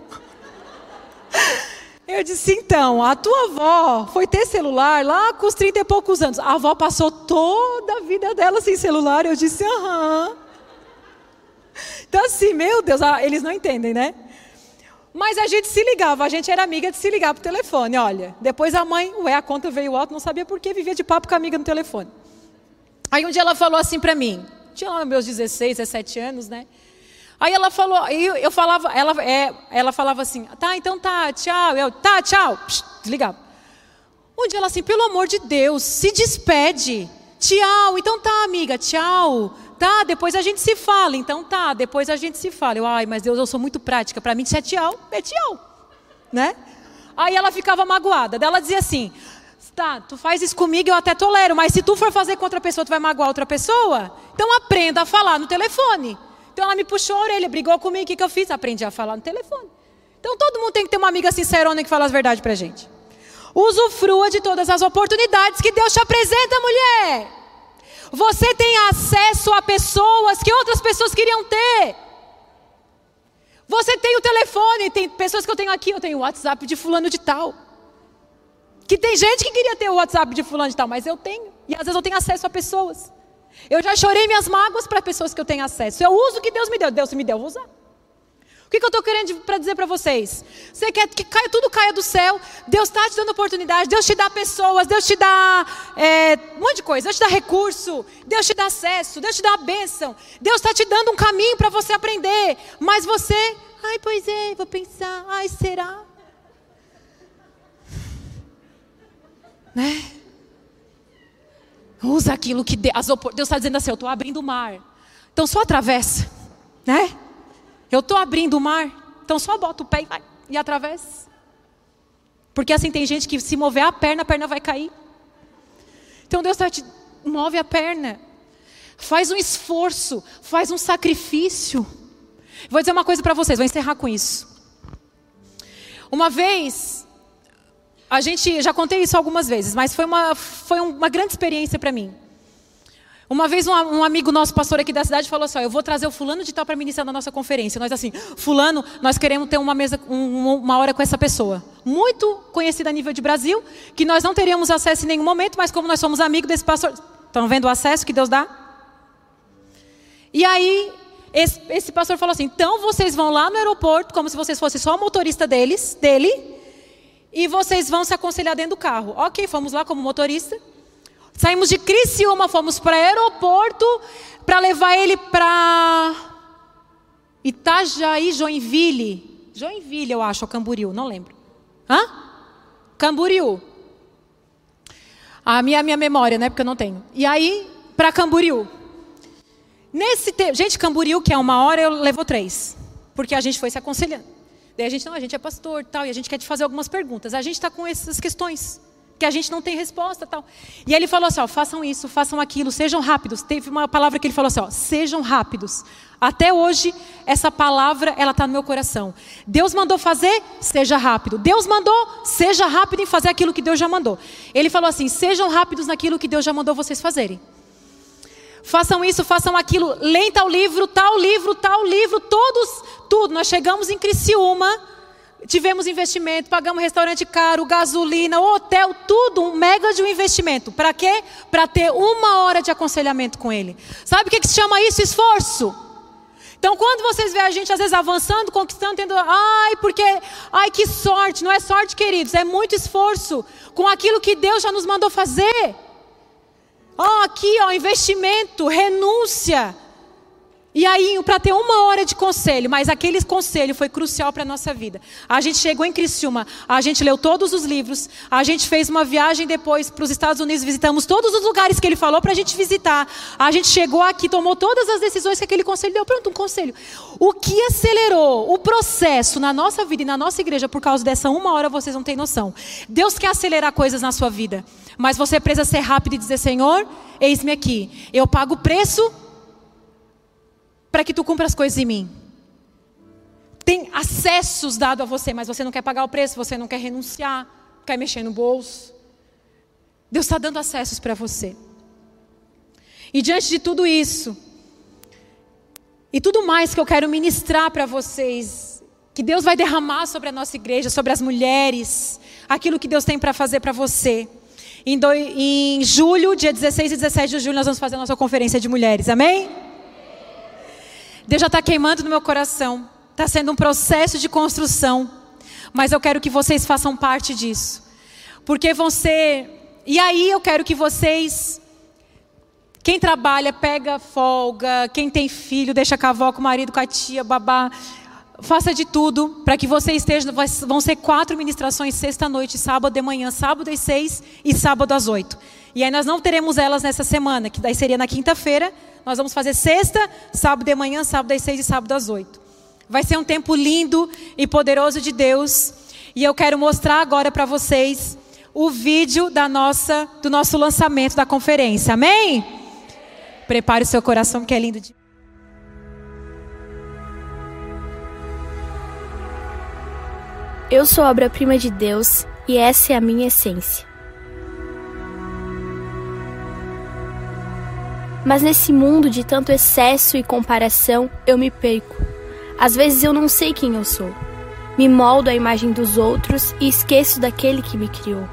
Eu disse, então, a tua avó foi ter celular lá com os 30 e poucos anos. A avó passou toda a vida dela sem celular. Eu disse, aham. Então assim, meu Deus, eles não entendem, né? Mas a gente se ligava, a gente era amiga de se ligar pro telefone, olha. Depois a mãe, a conta veio alto, não sabia por que vivia de papo com a amiga no telefone. Aí um dia ela falou assim para mim, Tinha lá meus 16, 17 anos, né? Aí ela falou, eu falava, ela falava assim, tá, então tá, tchau. Eu, tá, tchau. Psh, desligava. Um dia ela assim, pelo amor de Deus, se despede. Tchau, então tá, amiga, tchau. Tá, depois a gente se fala. Então tá, depois a gente se fala. Eu, ai, mas Deus, eu sou muito prática. Para mim, se é tchau, né? Aí ela ficava magoada. Daí ela dizia assim, tá, tu faz isso comigo, eu até tolero. Mas se tu for fazer com outra pessoa, tu vai magoar outra pessoa? Então aprenda a falar no telefone. Então ela me puxou a orelha, brigou comigo, o que eu fiz? Aprendi a falar no telefone. Então todo mundo tem que ter uma amiga sincerona que fala as verdades pra gente. Usufrua de todas as oportunidades que Deus te apresenta, mulher. Você tem acesso a pessoas que outras pessoas queriam ter. Você tem o telefone, tem pessoas que eu tenho aqui, eu tenho o WhatsApp de fulano de tal. Que tem gente que queria ter o WhatsApp de fulano de tal, mas eu tenho. E às vezes eu tenho acesso a pessoas. Eu já chorei minhas mágoas para pessoas que eu tenho acesso. Eu uso o que Deus me deu. Deus me deu, eu vou usar. O que eu estou querendo para dizer para vocês? Você quer que tudo caia do céu? Deus está te dando oportunidade. Deus te dá pessoas. Deus te dá um monte de coisa. Deus te dá recurso. Deus te dá acesso. Deus te dá uma bênção. Deus está te dando um caminho para você aprender. Mas você, ai, pois é, vou pensar. Ai, será? Né? Usa aquilo que Deus está dizendo assim, eu estou abrindo o mar. Então só atravessa, né? Eu estou abrindo o mar, então só bota o pé e vai, e atravessa. Porque assim tem gente que se mover a perna vai cair. Então Deus move a perna. Faz um esforço, faz um sacrifício. Vou dizer uma coisa para vocês, vou encerrar com isso. Uma vez, já contei isso algumas vezes, mas foi uma grande experiência para mim. Uma vez um amigo nosso, pastor aqui da cidade, falou assim, eu vou trazer o fulano de tal para ministrar na nossa conferência. Nós assim, fulano, nós queremos ter uma hora com essa pessoa. Muito conhecida a nível de Brasil, que nós não teríamos acesso em nenhum momento, mas como nós somos amigos desse pastor, estão vendo o acesso que Deus dá? E aí, esse pastor falou assim, então vocês vão lá no aeroporto, como se vocês fossem só o motorista dele, e vocês vão se aconselhar dentro do carro. Ok, fomos lá como motorista. Saímos de Criciúma, fomos para o aeroporto para levar ele para Itajaí, Joinville. Joinville, eu acho, ou Camboriú, não lembro. Camboriú. A minha memória, né, porque eu não tenho. E aí, para Camboriú. Nesse tempo, gente, Camboriú, que é 1 hora, levou 3. Porque a gente foi se aconselhando. Daí a gente é pastor tal, e a gente quer te fazer algumas perguntas. A gente está com essas questões que a gente não tem resposta tal. E aí ele falou assim, façam isso, façam aquilo, sejam rápidos. Teve uma palavra que ele falou assim, sejam rápidos. Até hoje, essa palavra, ela está no meu coração. Deus mandou fazer, seja rápido. Deus mandou, seja rápido em fazer aquilo que Deus já mandou. Ele falou assim, sejam rápidos naquilo que Deus já mandou vocês fazerem. Façam isso, façam aquilo, leem tal livro, tudo. Nós chegamos em Criciúma, tivemos investimento, pagamos restaurante caro, gasolina, hotel, tudo, um mega de um investimento. Para quê? Para ter 1 hora de aconselhamento com ele. Sabe o que se chama isso? Esforço. Então quando vocês veem a gente às vezes avançando, conquistando, tendo, que sorte. Não é sorte, queridos, é muito esforço com aquilo que Deus já nos mandou fazer. Investimento, renúncia. E aí, para ter 1 hora de conselho, mas aquele conselho foi crucial para a nossa vida. A gente chegou em Criciúma, a gente leu todos os livros, a gente fez uma viagem depois para os Estados Unidos, visitamos todos os lugares que ele falou para a gente visitar. A gente chegou aqui, tomou todas as decisões que aquele conselho deu. Pronto, um conselho. O que acelerou o processo na nossa vida e na nossa igreja por causa dessa 1 hora, vocês não têm noção. Deus quer acelerar coisas na sua vida, mas você precisa ser rápido e dizer, Senhor, eis-me aqui. Eu pago o preço para que tu cumpra as coisas em mim. Tem acessos dados a você, mas você não quer pagar o preço, você não quer renunciar, quer mexer no bolso. Deus está dando acessos para você. E diante de tudo isso, e tudo mais que eu quero ministrar para vocês, que Deus vai derramar sobre a nossa igreja, sobre as mulheres, aquilo que Deus tem para fazer para você. Em julho, dia 16 e 17 de julho, nós vamos fazer a nossa conferência de mulheres, amém? Deus já está queimando no meu coração. Está sendo um processo de construção. Mas eu quero que vocês façam parte disso. Porque vão ser... E aí eu quero que vocês Quem trabalha, pega folga. Quem tem filho, deixa com a avó, com o marido, com a tia, babá. Faça de tudo para que você esteja. Vão ser 4 ministrações sexta-noite, sábado de manhã, sábado às 6 e sábado às 8. E aí nós não teremos elas nessa semana, que daí seria na quinta-feira. Nós vamos fazer sexta, sábado de manhã, sábado às 6 e sábado às 8. Vai ser um tempo lindo e poderoso de Deus. E eu quero mostrar agora para vocês o vídeo do nosso lançamento da conferência. Amém? Prepare o seu coração, que é lindo de... Eu sou obra-prima de Deus e essa é a minha essência. Mas nesse mundo de tanto excesso e comparação, eu me perco. Às vezes eu não sei quem eu sou. Me moldo à imagem dos outros e esqueço daquele que me criou.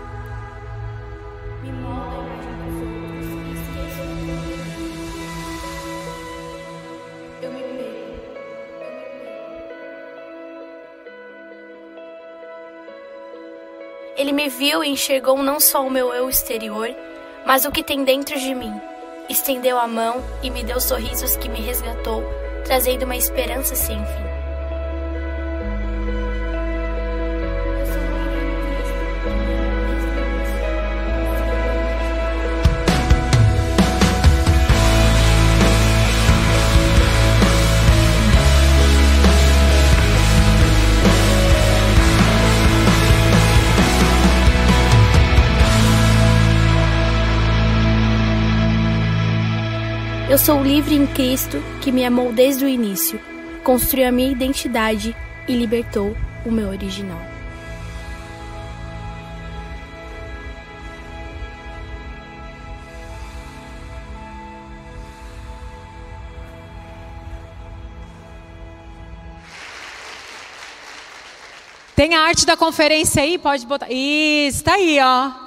Ele me viu e enxergou não só o meu eu exterior, mas o que tem dentro de mim. Estendeu a mão e me deu sorrisos que me resgatou, trazendo uma esperança sem fim. Eu sou livre em Cristo, que me amou desde o início, construiu a minha identidade e libertou o meu original. Tem a arte da conferência aí? Pode botar. Isso, tá aí, ó.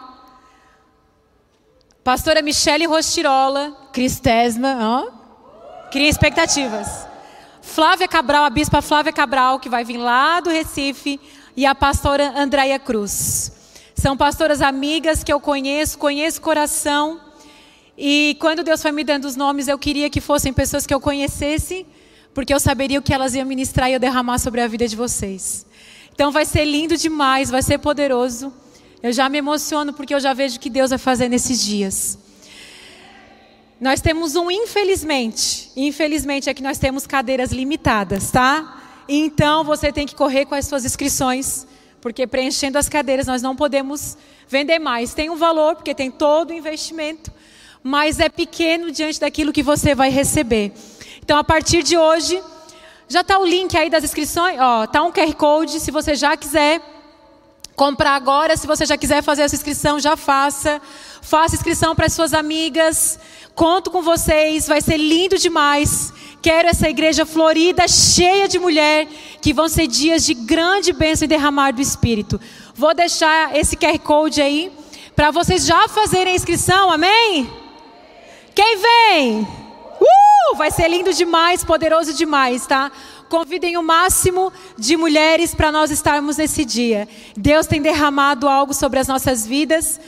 Pastora Michele Rostirola, Cristesma, ó. Cria expectativas. Flávia Cabral, a bispa Flávia Cabral, que vai vir lá do Recife, e a pastora Andréia Cruz. São pastoras amigas que eu conheço o coração. E quando Deus foi me dando os nomes, eu queria que fossem pessoas que eu conhecesse, porque eu saberia o que elas iam ministrar e eu derramar sobre a vida de vocês. Então vai ser lindo demais, vai ser poderoso. Eu já me emociono porque eu já vejo o que Deus vai fazer nesses dias. Nós temos infelizmente é que nós temos cadeiras limitadas, tá? Então você tem que correr com as suas inscrições, porque preenchendo as cadeiras nós não podemos vender mais. Tem um valor, porque tem todo o investimento, mas é pequeno diante daquilo que você vai receber. Então a partir de hoje, já está o link aí das inscrições, ó, está um QR Code, se você já quiser comprar agora, se você já quiser fazer essa inscrição, já faça. Faça inscrição para as suas amigas. Conto com vocês, vai ser lindo demais. Quero essa igreja florida, cheia de mulher, que vão ser dias de grande bênção e derramar do Espírito. Vou deixar esse QR Code aí, para vocês já fazerem a inscrição, amém? Quem vem? Vai ser lindo demais, poderoso demais, tá? Convidem o máximo de mulheres para nós estarmos nesse dia. Deus tem derramado algo sobre as nossas vidas.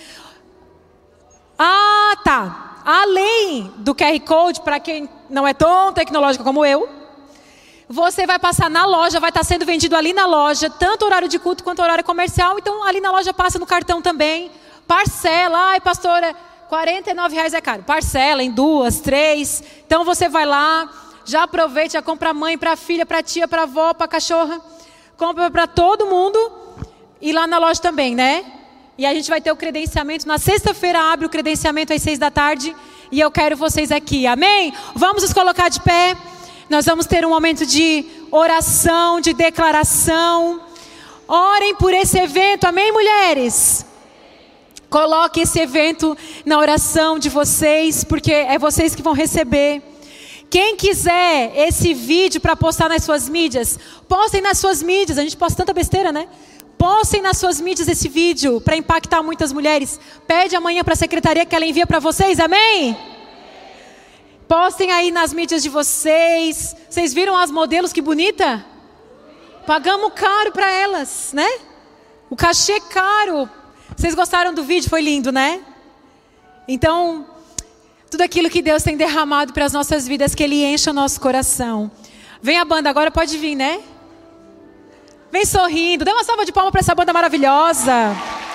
Ah, tá. Além do QR Code, para quem não é tão tecnológico como eu, você vai passar na loja, vai estar sendo vendido ali na loja, tanto horário de culto quanto horário comercial. Então, ali na loja passa no cartão também. Parcela. Ai, pastora, R$49 é caro. Parcela em 2, 3. Então, você vai lá. Já aproveite, já compra para a mãe, para a filha, para a tia, para a avó, para a cachorra. Compra para todo mundo. E lá na loja também, né? E a gente vai ter o credenciamento. Na sexta-feira abre o credenciamento às 6 da tarde. E eu quero vocês aqui, amém? Vamos nos colocar de pé. Nós vamos ter um momento de oração, de declaração. Orem por esse evento, amém, mulheres? Coloque esse evento na oração de vocês, porque é vocês que vão receber. Quem quiser esse vídeo para postar nas suas mídias, postem nas suas mídias. A gente posta tanta besteira, né? Postem nas suas mídias esse vídeo para impactar muitas mulheres. Pede amanhã para a secretaria que ela envia para vocês, amém? Postem aí nas mídias de vocês. Vocês viram as modelos, que bonita? Pagamos caro para elas, né? O cachê caro. Vocês gostaram do vídeo? Foi lindo, né? Então, Tudo aquilo que Deus tem derramado para as nossas vidas, que Ele encha o nosso coração. Vem a banda, agora pode vir, né? Vem sorrindo. Dê uma salva de palmas para essa banda maravilhosa.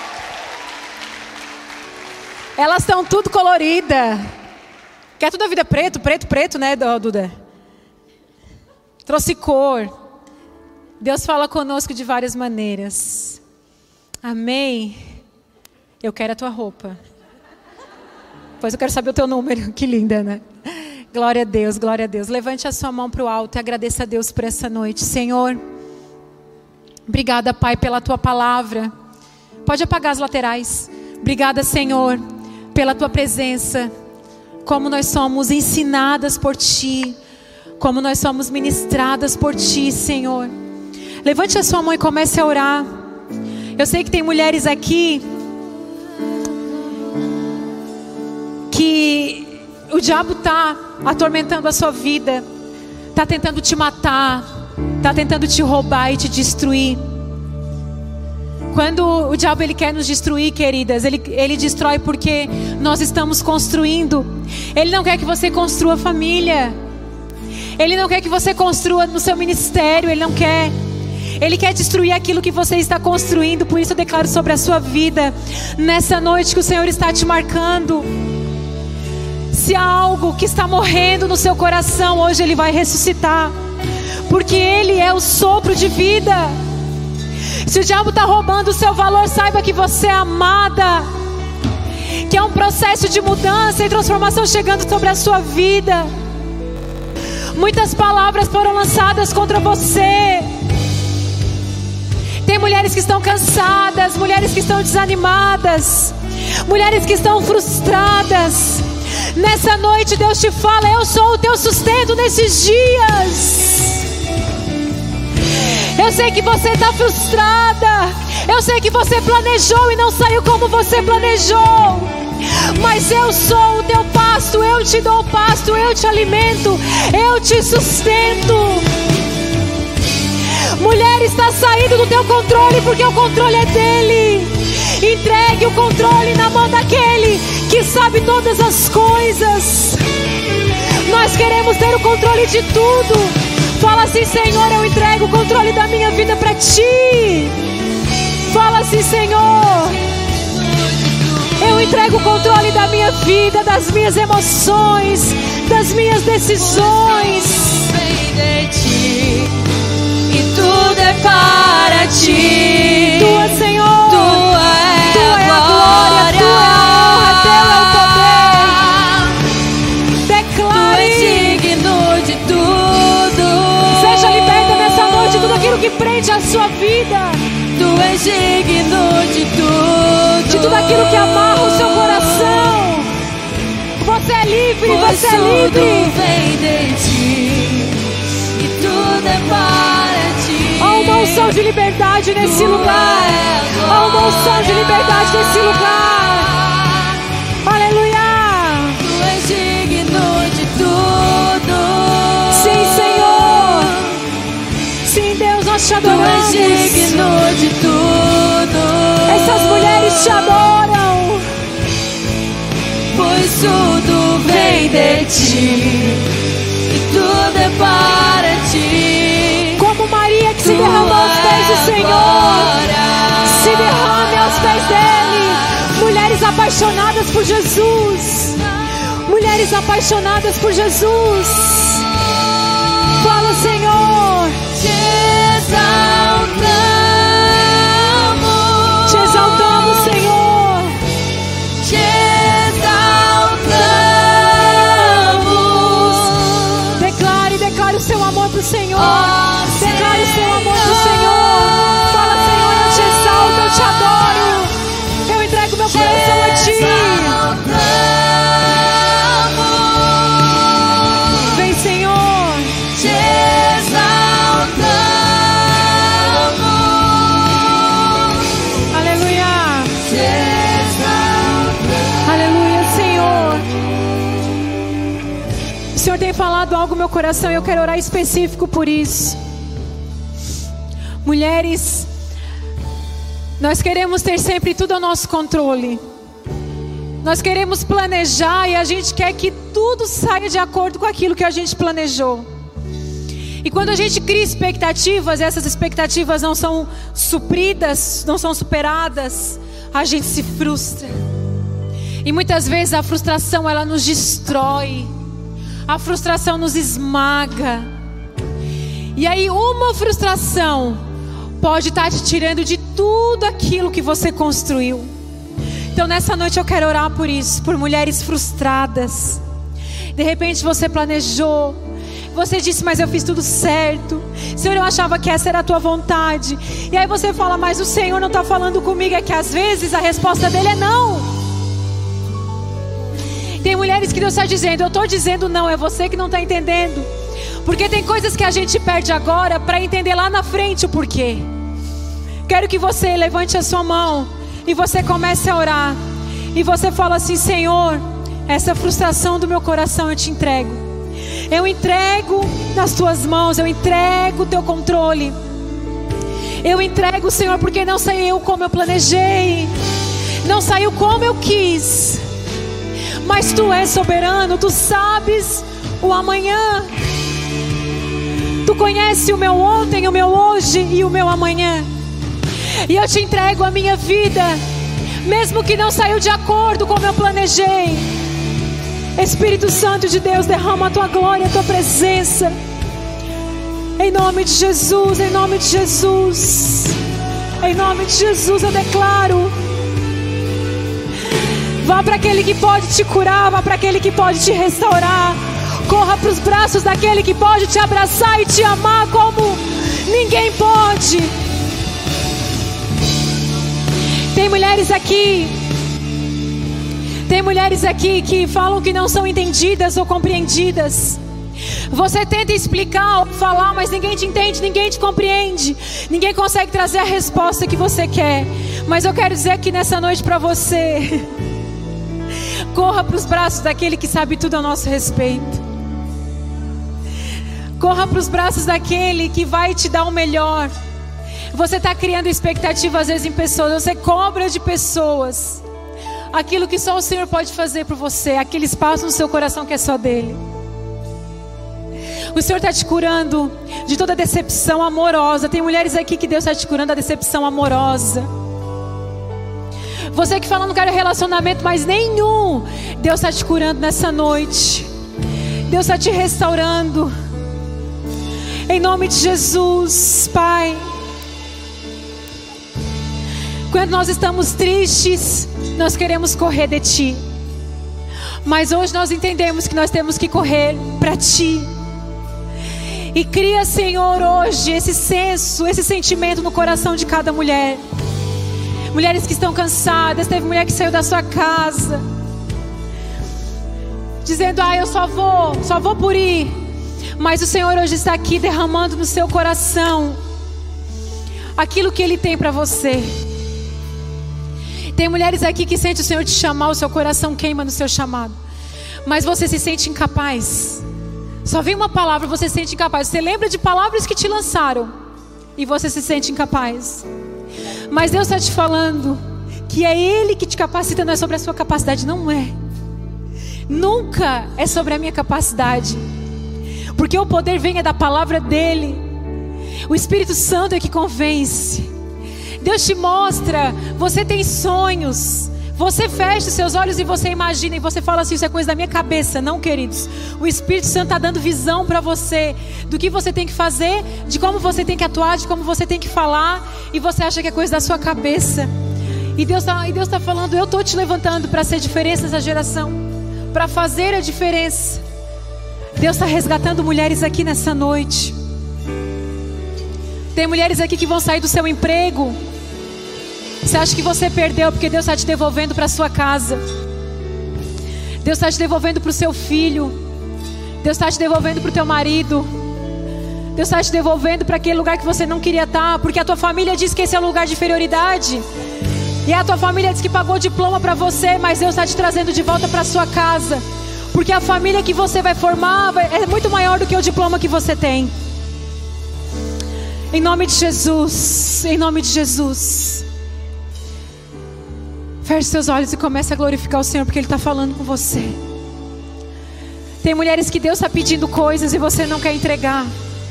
Elas estão tudo colorida. Quer toda a vida preto, preto, preto, né, Duda? Trouxe cor. Deus fala conosco de várias maneiras. Amém? Eu quero a tua roupa. Pois eu quero saber o teu número. Que linda, né? Glória a Deus, glória a Deus. Levante a sua mão para o alto e agradeça a Deus por essa noite. Senhor, obrigada, Pai, pela tua palavra. Pode apagar as laterais. Obrigada, Senhor, pela tua presença. Como nós somos ensinadas por Ti. Como nós somos ministradas por Ti, Senhor. Levante a sua mão e comece a orar. Eu sei que tem mulheres aqui que o diabo está atormentando a sua vida, está tentando te matar, está tentando te roubar e te destruir. Quando o diabo ele quer nos destruir, queridas, ele destrói porque nós estamos construindo. Ele não quer que você construa família. Ele não quer que você construa no seu ministério. Ele não quer. Ele quer destruir aquilo que você está construindo. Por isso eu declaro sobre a sua vida nessa noite que o Senhor está te marcando. Se há algo que está morrendo no seu coração, hoje Ele vai ressuscitar. Porque Ele é o sopro de vida. Se o diabo está roubando o seu valor, saiba que você é amada. Que é um processo de mudança e transformação chegando sobre a sua vida. Muitas palavras foram lançadas contra você. Tem mulheres que estão cansadas, mulheres que estão desanimadas, mulheres que estão frustradas. Nessa noite Deus te fala: eu sou o teu sustento nesses dias. Eu sei que você está frustrada. Eu sei que você planejou e não saiu como você planejou. Mas eu sou o teu pasto. Eu te dou pasto, eu te alimento, eu te sustento. Mulher, está saindo do teu controle, porque o controle é dele. Entregue o controle na mão daquele que sabe todas as coisas. Nós queremos ter o controle de tudo. Fala assim: Senhor, eu entrego o controle da minha vida para Ti. Fala assim: Senhor, eu entrego o controle da minha vida, das minhas emoções, das minhas decisões. Vem de Ti, e tudo é para Ti. Tua, Senhor, Tua é a glória, Tua é a honra, Teu é o poder. Declare. Tu és digno de tudo. Seja liberta nessa noite tudo aquilo que prende a sua vida. Tu és digno de tudo. De tudo aquilo que amarra o seu coração. Você é livre, Pois você é livre. tudo vem de Ti, e tudo é para Ti. Há uma unção de liberdade nesse Tua lugar. é a Há uma unção de glória. liberdade nesse lugar. Aleluia. Tu és digno de tudo. Sim, Senhor. Sim, Deus, nós te Tu adoramos. és digno de tudo. Essas mulheres te adoram. Pois tudo vem de Ti, e tudo é para Ti. Como Maria que se derramou aos pés do Senhor. Se derrame aos pés dele. Mulheres apaixonadas por Jesus. Mulheres apaixonadas por Jesus. Fala, Senhor. Te exaltamos. Te exaltamos, Senhor. Te exaltamos. Declare o seu amor pro Senhor. Ó Declare o seu amor pro Senhor. Senhor. Fala, Senhor, eu te exalto, eu te adoro. Eu entrego meu coração a Ti. Vem, Senhor. Te exaltamos. Aleluia. Te exaltamos. Aleluia, Senhor. O Senhor tem falado algo no meu coração e eu quero orar específico por isso. Mulheres, nós queremos ter sempre tudo ao nosso controle. Nós queremos planejar e a gente quer que tudo saia de acordo com aquilo que a gente planejou. E quando a gente cria expectativas, essas expectativas não são supridas, não são superadas, a gente se frustra. E muitas vezes a frustração, ela nos destrói. A frustração nos esmaga. E aí uma frustração pode estar te tirando de tudo aquilo que você construiu. Então nessa noite eu quero orar por isso, por mulheres frustradas. De repente você planejou, você disse, mas eu fiz tudo certo. Senhor, eu achava que essa era a tua vontade. E aí você fala, mas o Senhor não está falando comigo. É que às vezes a resposta dele é não. Tem mulheres que Deus está dizendo, eu estou dizendo não, é você que não está entendendo. Porque tem coisas que a gente perde agora para entender lá na frente o porquê. Quero que você levante a sua mão e você comece a orar. E você fala assim, Senhor, essa frustração do meu coração eu te entrego. Eu entrego nas tuas mãos, eu entrego o teu controle. Eu entrego, Senhor, porque não saiu como eu planejei. Não saiu como eu quis. Mas tu és soberano, tu sabes o amanhã. Tu conheces o meu ontem, o meu hoje e o meu amanhã. E eu te entrego a minha vida, mesmo que não saiu de acordo com como eu planejei. Espírito Santo de Deus, derrama a tua glória, a tua presença. Em nome de Jesus, em nome de Jesus. Em nome de Jesus eu declaro. Vá para aquele que pode te curar, vá para aquele que pode te restaurar. Corra para os braços daquele que pode te abraçar e te amar como ninguém pode. Tem mulheres aqui que falam que não são entendidas ou compreendidas. Você tenta explicar ou falar, mas ninguém te entende, ninguém te compreende. Ninguém consegue trazer a resposta que você quer. Mas eu quero dizer aqui nessa noite para você: corra para os braços daquele que sabe tudo a nosso respeito. Corra para os braços daquele que vai te dar o melhor. Você está criando expectativa às vezes em pessoas. Você cobra de pessoas aquilo que só o Senhor pode fazer por você. Aquele espaço no seu coração que é só dele. O Senhor está te curando de toda decepção amorosa. Tem mulheres aqui que Deus está te curando da decepção amorosa. Você que fala, não quero relacionamento mais nenhum, Deus está te curando nessa noite. Deus está te restaurando. Em nome de Jesus, Pai. Quando nós estamos tristes, nós queremos correr de Ti. Mas hoje nós entendemos que nós temos que correr para Ti. E cria, Senhor, hoje esse senso, esse sentimento no coração de cada mulher. Mulheres que estão cansadas. Teve mulher que saiu da sua casa dizendo, eu só vou por ir. Mas o Senhor hoje está aqui derramando no seu coração aquilo que Ele tem para você. Tem mulheres aqui que sentem o Senhor te chamar, o seu coração queima no seu chamado, mas você se sente incapaz. Só vem uma palavra, você se sente incapaz. Você lembra de palavras que te lançaram e você se sente incapaz. Mas Deus está te falando que é Ele que te capacita, não é sobre a sua capacidade. Não é. Nunca é sobre a minha capacidade. Porque o poder vem da palavra dEle. O Espírito Santo é que convence. Deus te mostra, você tem sonhos. Você fecha os seus olhos e você imagina. E você fala assim, isso é coisa da minha cabeça. Não, queridos. O Espírito Santo está dando visão para você. Do que você tem que fazer. De como você tem que atuar. De como você tem que falar. E você acha que é coisa da sua cabeça. E Deus tá falando, eu estou te levantando para ser diferença nessa geração. Para fazer a diferença. Deus está resgatando mulheres aqui nessa noite. Tem mulheres aqui que vão sair do seu emprego. Você acha que você perdeu porque Deus está te devolvendo para a sua casa. Deus está te devolvendo para o seu filho. Deus está te devolvendo para o teu marido. Deus está te devolvendo para aquele lugar que você não queria estar. Porque a tua família diz que esse é um lugar de inferioridade. E a tua família diz que pagou diploma para você. Mas Deus está te trazendo de volta para a sua casa. Porque a família que você vai formar é muito maior do que o diploma que você tem. Em nome de Jesus. Em nome de Jesus. Feche seus olhos e comece a glorificar o Senhor, porque Ele está falando com você. Tem mulheres que Deus está pedindo coisas e você não quer entregar.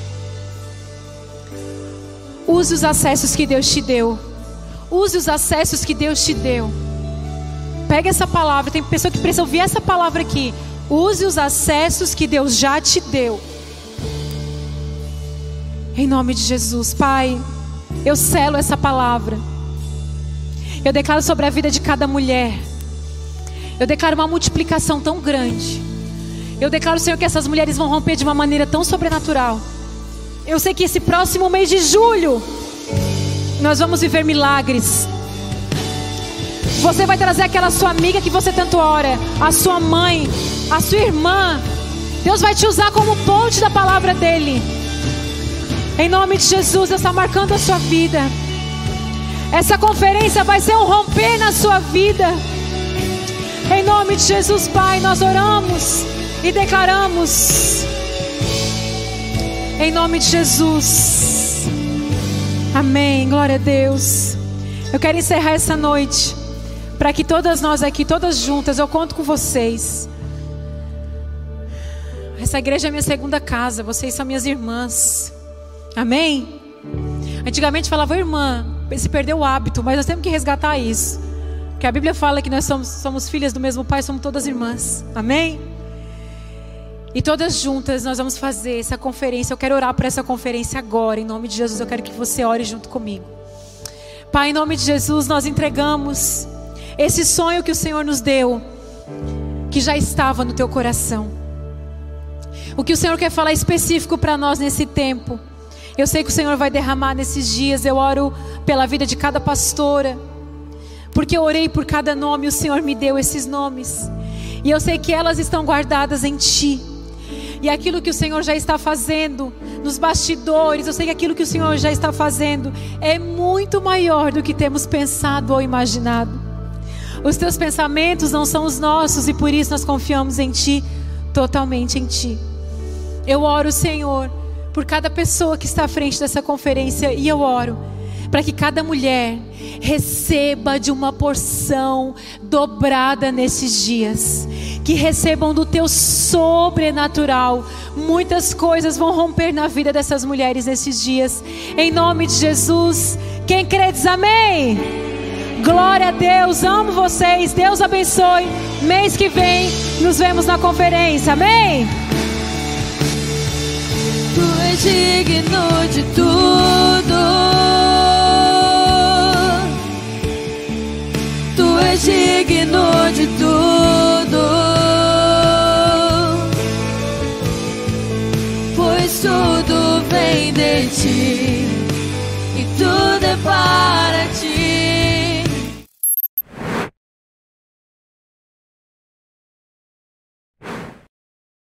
Use os acessos que Deus te deu. Use os acessos que Deus te deu. Pega essa palavra. Tem pessoa que precisa ouvir essa palavra aqui. Use os acessos que Deus já te deu. Em nome de Jesus, Pai, eu selo essa palavra. Eu declaro sobre a vida de cada mulher. Eu declaro uma multiplicação tão grande. Eu declaro, Senhor, que essas mulheres vão romper de uma maneira tão sobrenatural. Eu sei que esse próximo mês de julho nós vamos viver milagres. Você vai trazer aquela sua amiga que você tanto ora, a sua mãe, a sua irmã. Deus vai te usar como ponte da palavra dEle. Em nome de Jesus, Deus está marcando a sua vida. Essa conferência vai ser um romper na sua vida. Em nome de Jesus, Pai, nós oramos e declaramos. Em nome de Jesus. Amém, glória a Deus. Eu quero encerrar essa noite, para que todas nós aqui, todas juntas, eu conto com vocês. Essa igreja é minha segunda casa, vocês são minhas irmãs. Amém? Antigamente falava irmã, se perdeu o hábito, mas nós temos que resgatar isso. Porque a Bíblia fala que nós somos filhas do mesmo Pai, somos todas irmãs. Amém? E todas juntas nós vamos fazer essa conferência. Eu quero orar por essa conferência agora. Em nome de Jesus, eu quero que você ore junto comigo. Pai, em nome de Jesus, nós entregamos esse sonho que o Senhor nos deu, que já estava no teu coração. O que o Senhor quer falar específico para nós nesse tempo, eu sei que o Senhor vai derramar nesses dias. Eu oro pela vida de cada pastora, porque eu orei por cada nome, o Senhor me deu esses nomes. E eu sei que elas estão guardadas em Ti. E aquilo que o Senhor já está fazendo nos bastidores, eu sei que aquilo que o Senhor já está fazendo é muito maior do que temos pensado ou imaginado. Os Teus pensamentos não são os nossos, e por isso nós confiamos em Ti, totalmente em Ti. Eu oro, Senhor, por cada pessoa que está à frente dessa conferência, e eu oro para que cada mulher receba de uma porção dobrada nesses dias, que recebam do Teu sobrenatural. Muitas coisas vão romper na vida dessas mulheres nesses dias, em nome de Jesus. Quem crê diz amém. Glória a Deus, amo vocês, Deus abençoe. Mês que vem nos vemos na conferência, amém? Tu és digno de tudo. Tu és digno de tudo, pois tudo vem de Ti.